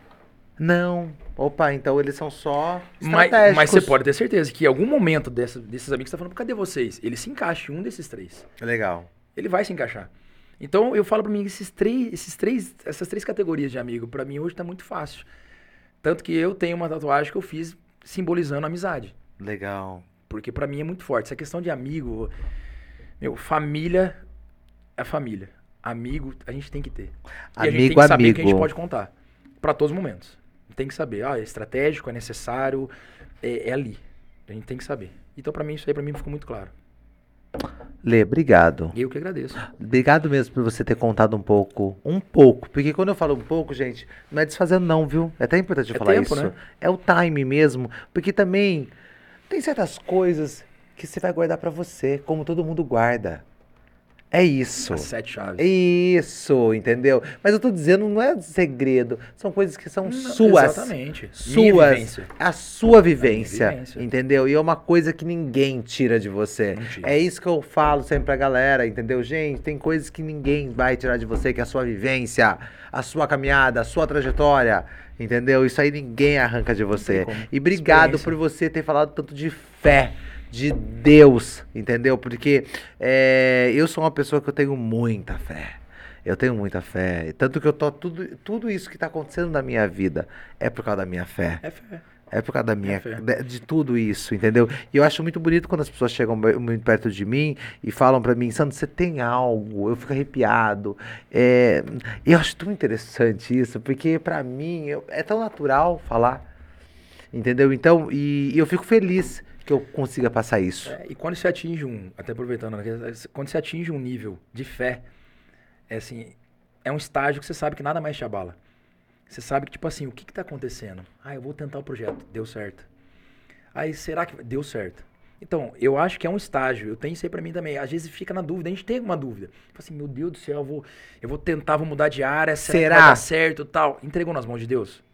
Não. Opa, então eles são só Mas, estratégicos. mas você pode ter certeza que em algum momento dessa, desses amigos que você tá falando, cadê vocês? Ele se encaixa em um desses três. Legal. Ele vai se encaixar. Então eu falo pra mim, esses três, esses três, essas três categorias de amigo, pra mim hoje tá muito fácil. Tanto que eu tenho uma tatuagem que eu fiz simbolizando a amizade. Legal. Porque pra mim é muito forte. Essa questão de amigo, meu, família é família. Amigo a gente tem que ter. E a gente tem Amigo, que saber que a gente amigo. pode contar. Pra todos os momentos. Tem que saber. Ah, é estratégico, é necessário, é, é ali. A gente tem que saber. Então pra mim isso aí pra mim ficou muito claro. Lê, obrigado. Eu que agradeço. Obrigado mesmo por você ter contado um pouco. Um pouco. Porque quando eu falo um pouco, gente, não é desfazendo não, viu? É até importante eu É falar tempo, isso. né? É o time mesmo. Porque também tem certas coisas que você vai guardar pra você, como todo mundo guarda. É isso. As sete chaves. É isso, entendeu? Mas eu tô dizendo, não é segredo. São coisas que são Não, suas. exatamente. Minha Suas. vivência. A sua vivência, vivência. entendeu? E é uma coisa que ninguém tira de você. Não tira. É isso que eu falo sempre pra galera, entendeu? Gente, tem coisas que ninguém vai tirar de você, que é a sua vivência, a sua caminhada, a sua trajetória, entendeu? Isso aí ninguém arranca de você. como. E obrigado Experiência. por você ter falado tanto de fé, de Deus, entendeu? Porque é, eu sou uma pessoa que eu tenho muita fé. Eu tenho muita fé. Tanto que eu tô. Tudo, tudo isso que tá acontecendo na minha vida é por causa da minha fé. É fé. É por causa da minha, É fé. de, de tudo isso, entendeu? E eu acho muito bonito quando as pessoas chegam be- muito perto de mim e falam pra mim, Sandro, você tem algo? Eu fico arrepiado. É, eu acho tão interessante isso, porque pra mim eu- é tão natural falar, entendeu? Então, e, e eu fico feliz que eu consiga passar isso. É, e quando você atinge um, até aproveitando, né, quando você atinge um nível de fé, é assim, é um estágio que você sabe que nada mais te abala. Você sabe que, tipo assim, o que que tá acontecendo? Ah, eu vou tentar o projeto, deu certo. Aí, será que deu certo? Então, eu acho que é um estágio, eu tenho isso aí pra mim também. Às vezes fica na dúvida, a gente tem uma dúvida. Fala assim, meu Deus do céu, eu vou, eu vou tentar, vou mudar de área, será, Será? que vai dar certo tal? Entregou nas mãos de Deus?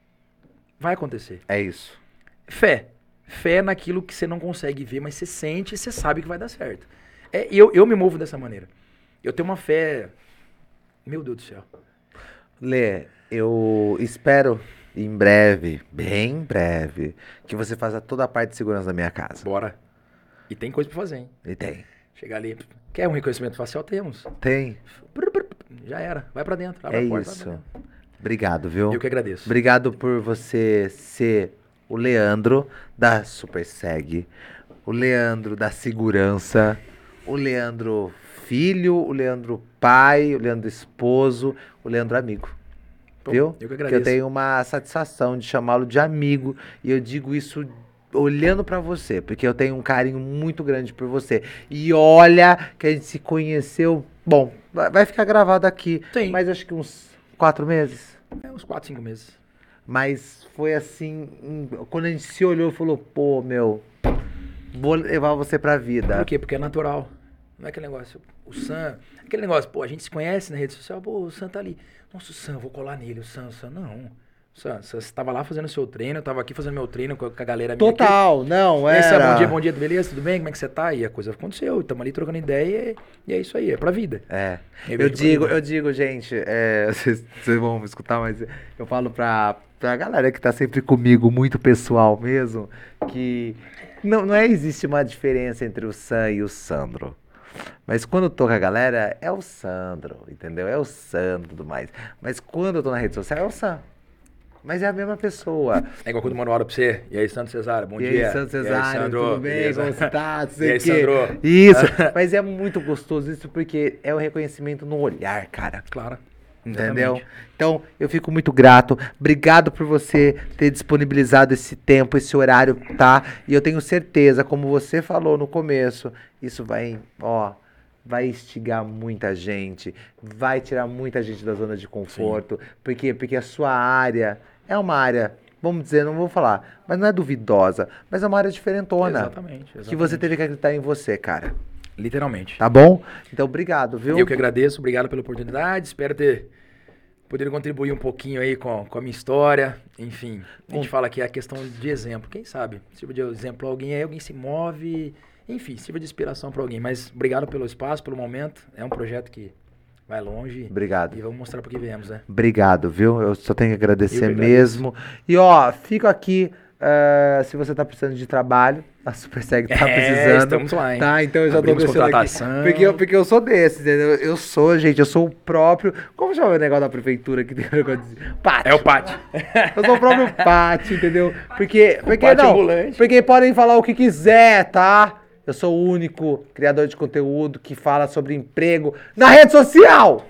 Vai acontecer. É isso. Fé. Fé naquilo que você não consegue ver, mas você sente e você sabe que vai dar certo. É, eu, eu me movo dessa maneira. Eu tenho uma fé... Meu Deus do céu. Lê, eu espero em breve, bem em breve, que você faça toda a parte de segurança da minha casa. Bora. E tem coisa pra fazer, hein? E tem. Chegar ali. Quer um reconhecimento facial? Temos. Tem. Já era. Vai pra dentro. Abre É a porta, vai isso. pra dentro. Obrigado, viu? Eu que agradeço. Obrigado por você ser o Leandro da Super Seg, o Leandro da segurança, o Leandro filho, o Leandro pai, o Leandro esposo, o Leandro amigo. Pô, Viu? eu que Que agradeço. eu tenho uma satisfação de chamá-lo de amigo e eu digo isso olhando pra você, porque eu tenho um carinho muito grande por você. E olha que a gente se conheceu, bom, vai vai ficar gravado aqui, Sim. mas acho que uns quatro meses. É uns quatro, cinco meses. Mas foi assim, hum, quando a gente se olhou, falou, pô, meu, vou levar você pra vida. Por quê? Porque é natural. Não é aquele negócio, o Sam, aquele negócio, pô, a gente se conhece na rede social, pô, o Sam tá ali. Nossa, o Sam, vou colar nele, o Sam, o Sam, não. Sam, você estava lá fazendo o seu treino, eu tava aqui fazendo meu treino com a com a galera minha aqui. Total, não, E aí, Sam, era... bom dia, bom dia, beleza, tudo bem? Como é que você tá? E a coisa aconteceu, estamos ali trocando ideia e, e é isso aí, é pra vida. É, Eu eu, vejo pra digo, vida. eu digo, gente, é, vocês, vocês vão escutar, mas eu falo pra, pra galera que tá sempre comigo, muito pessoal mesmo, que não, não é, existe uma diferença entre o Sam e o Sandro. Mas quando eu tô com a galera, é o Sandro, entendeu? É o Sandro e tudo mais. Mas quando eu tô na rede social, é o Sam. Mas é a mesma pessoa. É igual quando manda uma hora pra você. E aí, Sandro Cesário, bom E dia. aí, Sandro E aí, Cesário, Sandro, tudo bem? beleza? Como você tá? Não sei E aí, o quê. Sandro? Isso, mas é muito gostoso isso porque é o reconhecimento no olhar, cara. Claro. Entendeu? Exatamente. Então, eu fico muito grato. Obrigado por você ter disponibilizado esse tempo, esse horário, tá? E eu tenho certeza, como você falou no começo, isso vai, ó, vai instigar muita gente, vai tirar muita gente da zona de conforto. Por quê? Porque a sua área é uma área, vamos dizer, não vou falar, mas não é duvidosa, mas é uma área diferentona. Exatamente, Que exatamente. você teve que acreditar em você, cara. Literalmente. Tá bom? Então, obrigado, viu? Eu que agradeço, obrigado pela oportunidade. Espero ter poder contribuir um pouquinho aí com, com a minha história. Enfim, a gente Com- fala que é a questão de exemplo. Quem sabe? Sirva de exemplo a alguém, aí alguém se move. Enfim, sirva de inspiração para alguém. Mas obrigado pelo espaço, pelo momento. É um projeto que vai longe. Obrigado. E vamos mostrar para que viemos, né? Obrigado, viu? Eu só tenho que agradecer Eu que agradeço. mesmo. E ó, fico aqui. eh, se você tá precisando de trabalho, a Super Seg tá É, precisando. estamos lá, hein? Tá, então eu já Abrimos tô deixando aqui. contratação. Porque eu, porque eu sou desse, entendeu? Eu sou, gente, eu sou o próprio. Como chama o negócio da prefeitura que tem o negócio de. Pátio. É o pátio. Eu sou o próprio pátio, entendeu? Porque, porque pátio não, ambulante. porque podem falar o que quiser, tá? Eu sou o único criador de conteúdo que fala sobre emprego na rede social.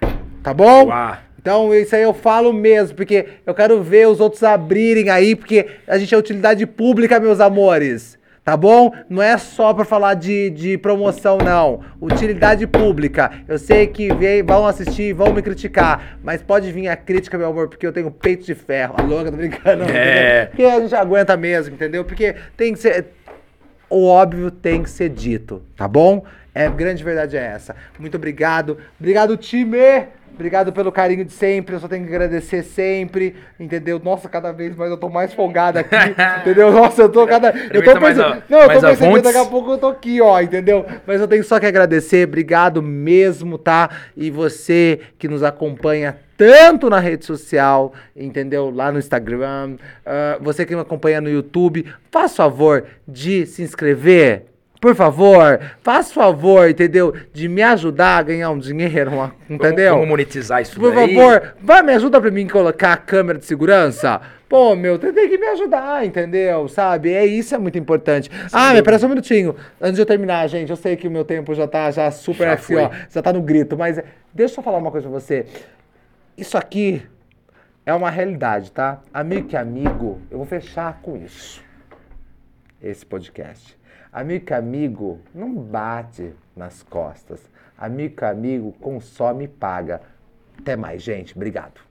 Tá bom? Uau. Então isso aí eu falo mesmo, porque eu quero ver os outros abrirem aí, porque a gente é utilidade pública, meus amores. Tá bom? Não é só pra falar de, de promoção, não. Utilidade pública. Eu sei que vem, vão assistir, vão me criticar, mas pode vir a crítica, meu amor, porque eu tenho peito de ferro. A louca, tô brincando. É. Porque a gente aguenta mesmo, entendeu? Porque tem que ser... O óbvio tem que ser dito, tá bom? É, a grande verdade é essa. Muito obrigado. Obrigado, time! Obrigado pelo carinho de sempre, eu só tenho que agradecer sempre, entendeu? Nossa, cada vez mais eu tô mais folgado aqui, entendeu? Nossa, eu tô cada... Eu tô pensando... Não, eu tô percebendo, daqui a pouco eu tô aqui, ó, entendeu? Mas eu tenho só que agradecer, obrigado mesmo, tá? E você que nos acompanha tanto na rede social, entendeu? Lá no Instagram, uh, você que me acompanha no YouTube, faz favor de se inscrever. Por favor, faz favor, entendeu? De me ajudar a ganhar um dinheiro, uma, entendeu? Como monetizar isso Por daí? favor, vai me ajudar pra mim colocar a câmera de segurança? Pô, meu, tem que me ajudar, entendeu? Sabe? É isso, é muito importante. Sim, ah, mas pera só um minutinho. Antes de eu terminar, gente, eu sei que o meu tempo já tá já super já assim, ó, já tá no grito, mas deixa eu falar uma coisa pra você. Isso aqui é uma realidade, tá? Amigo que amigo, eu vou fechar com isso. Esse podcast. Amigo que amigo não bate nas costas. Amigo que amigo consome e paga. Até mais, gente. Obrigado.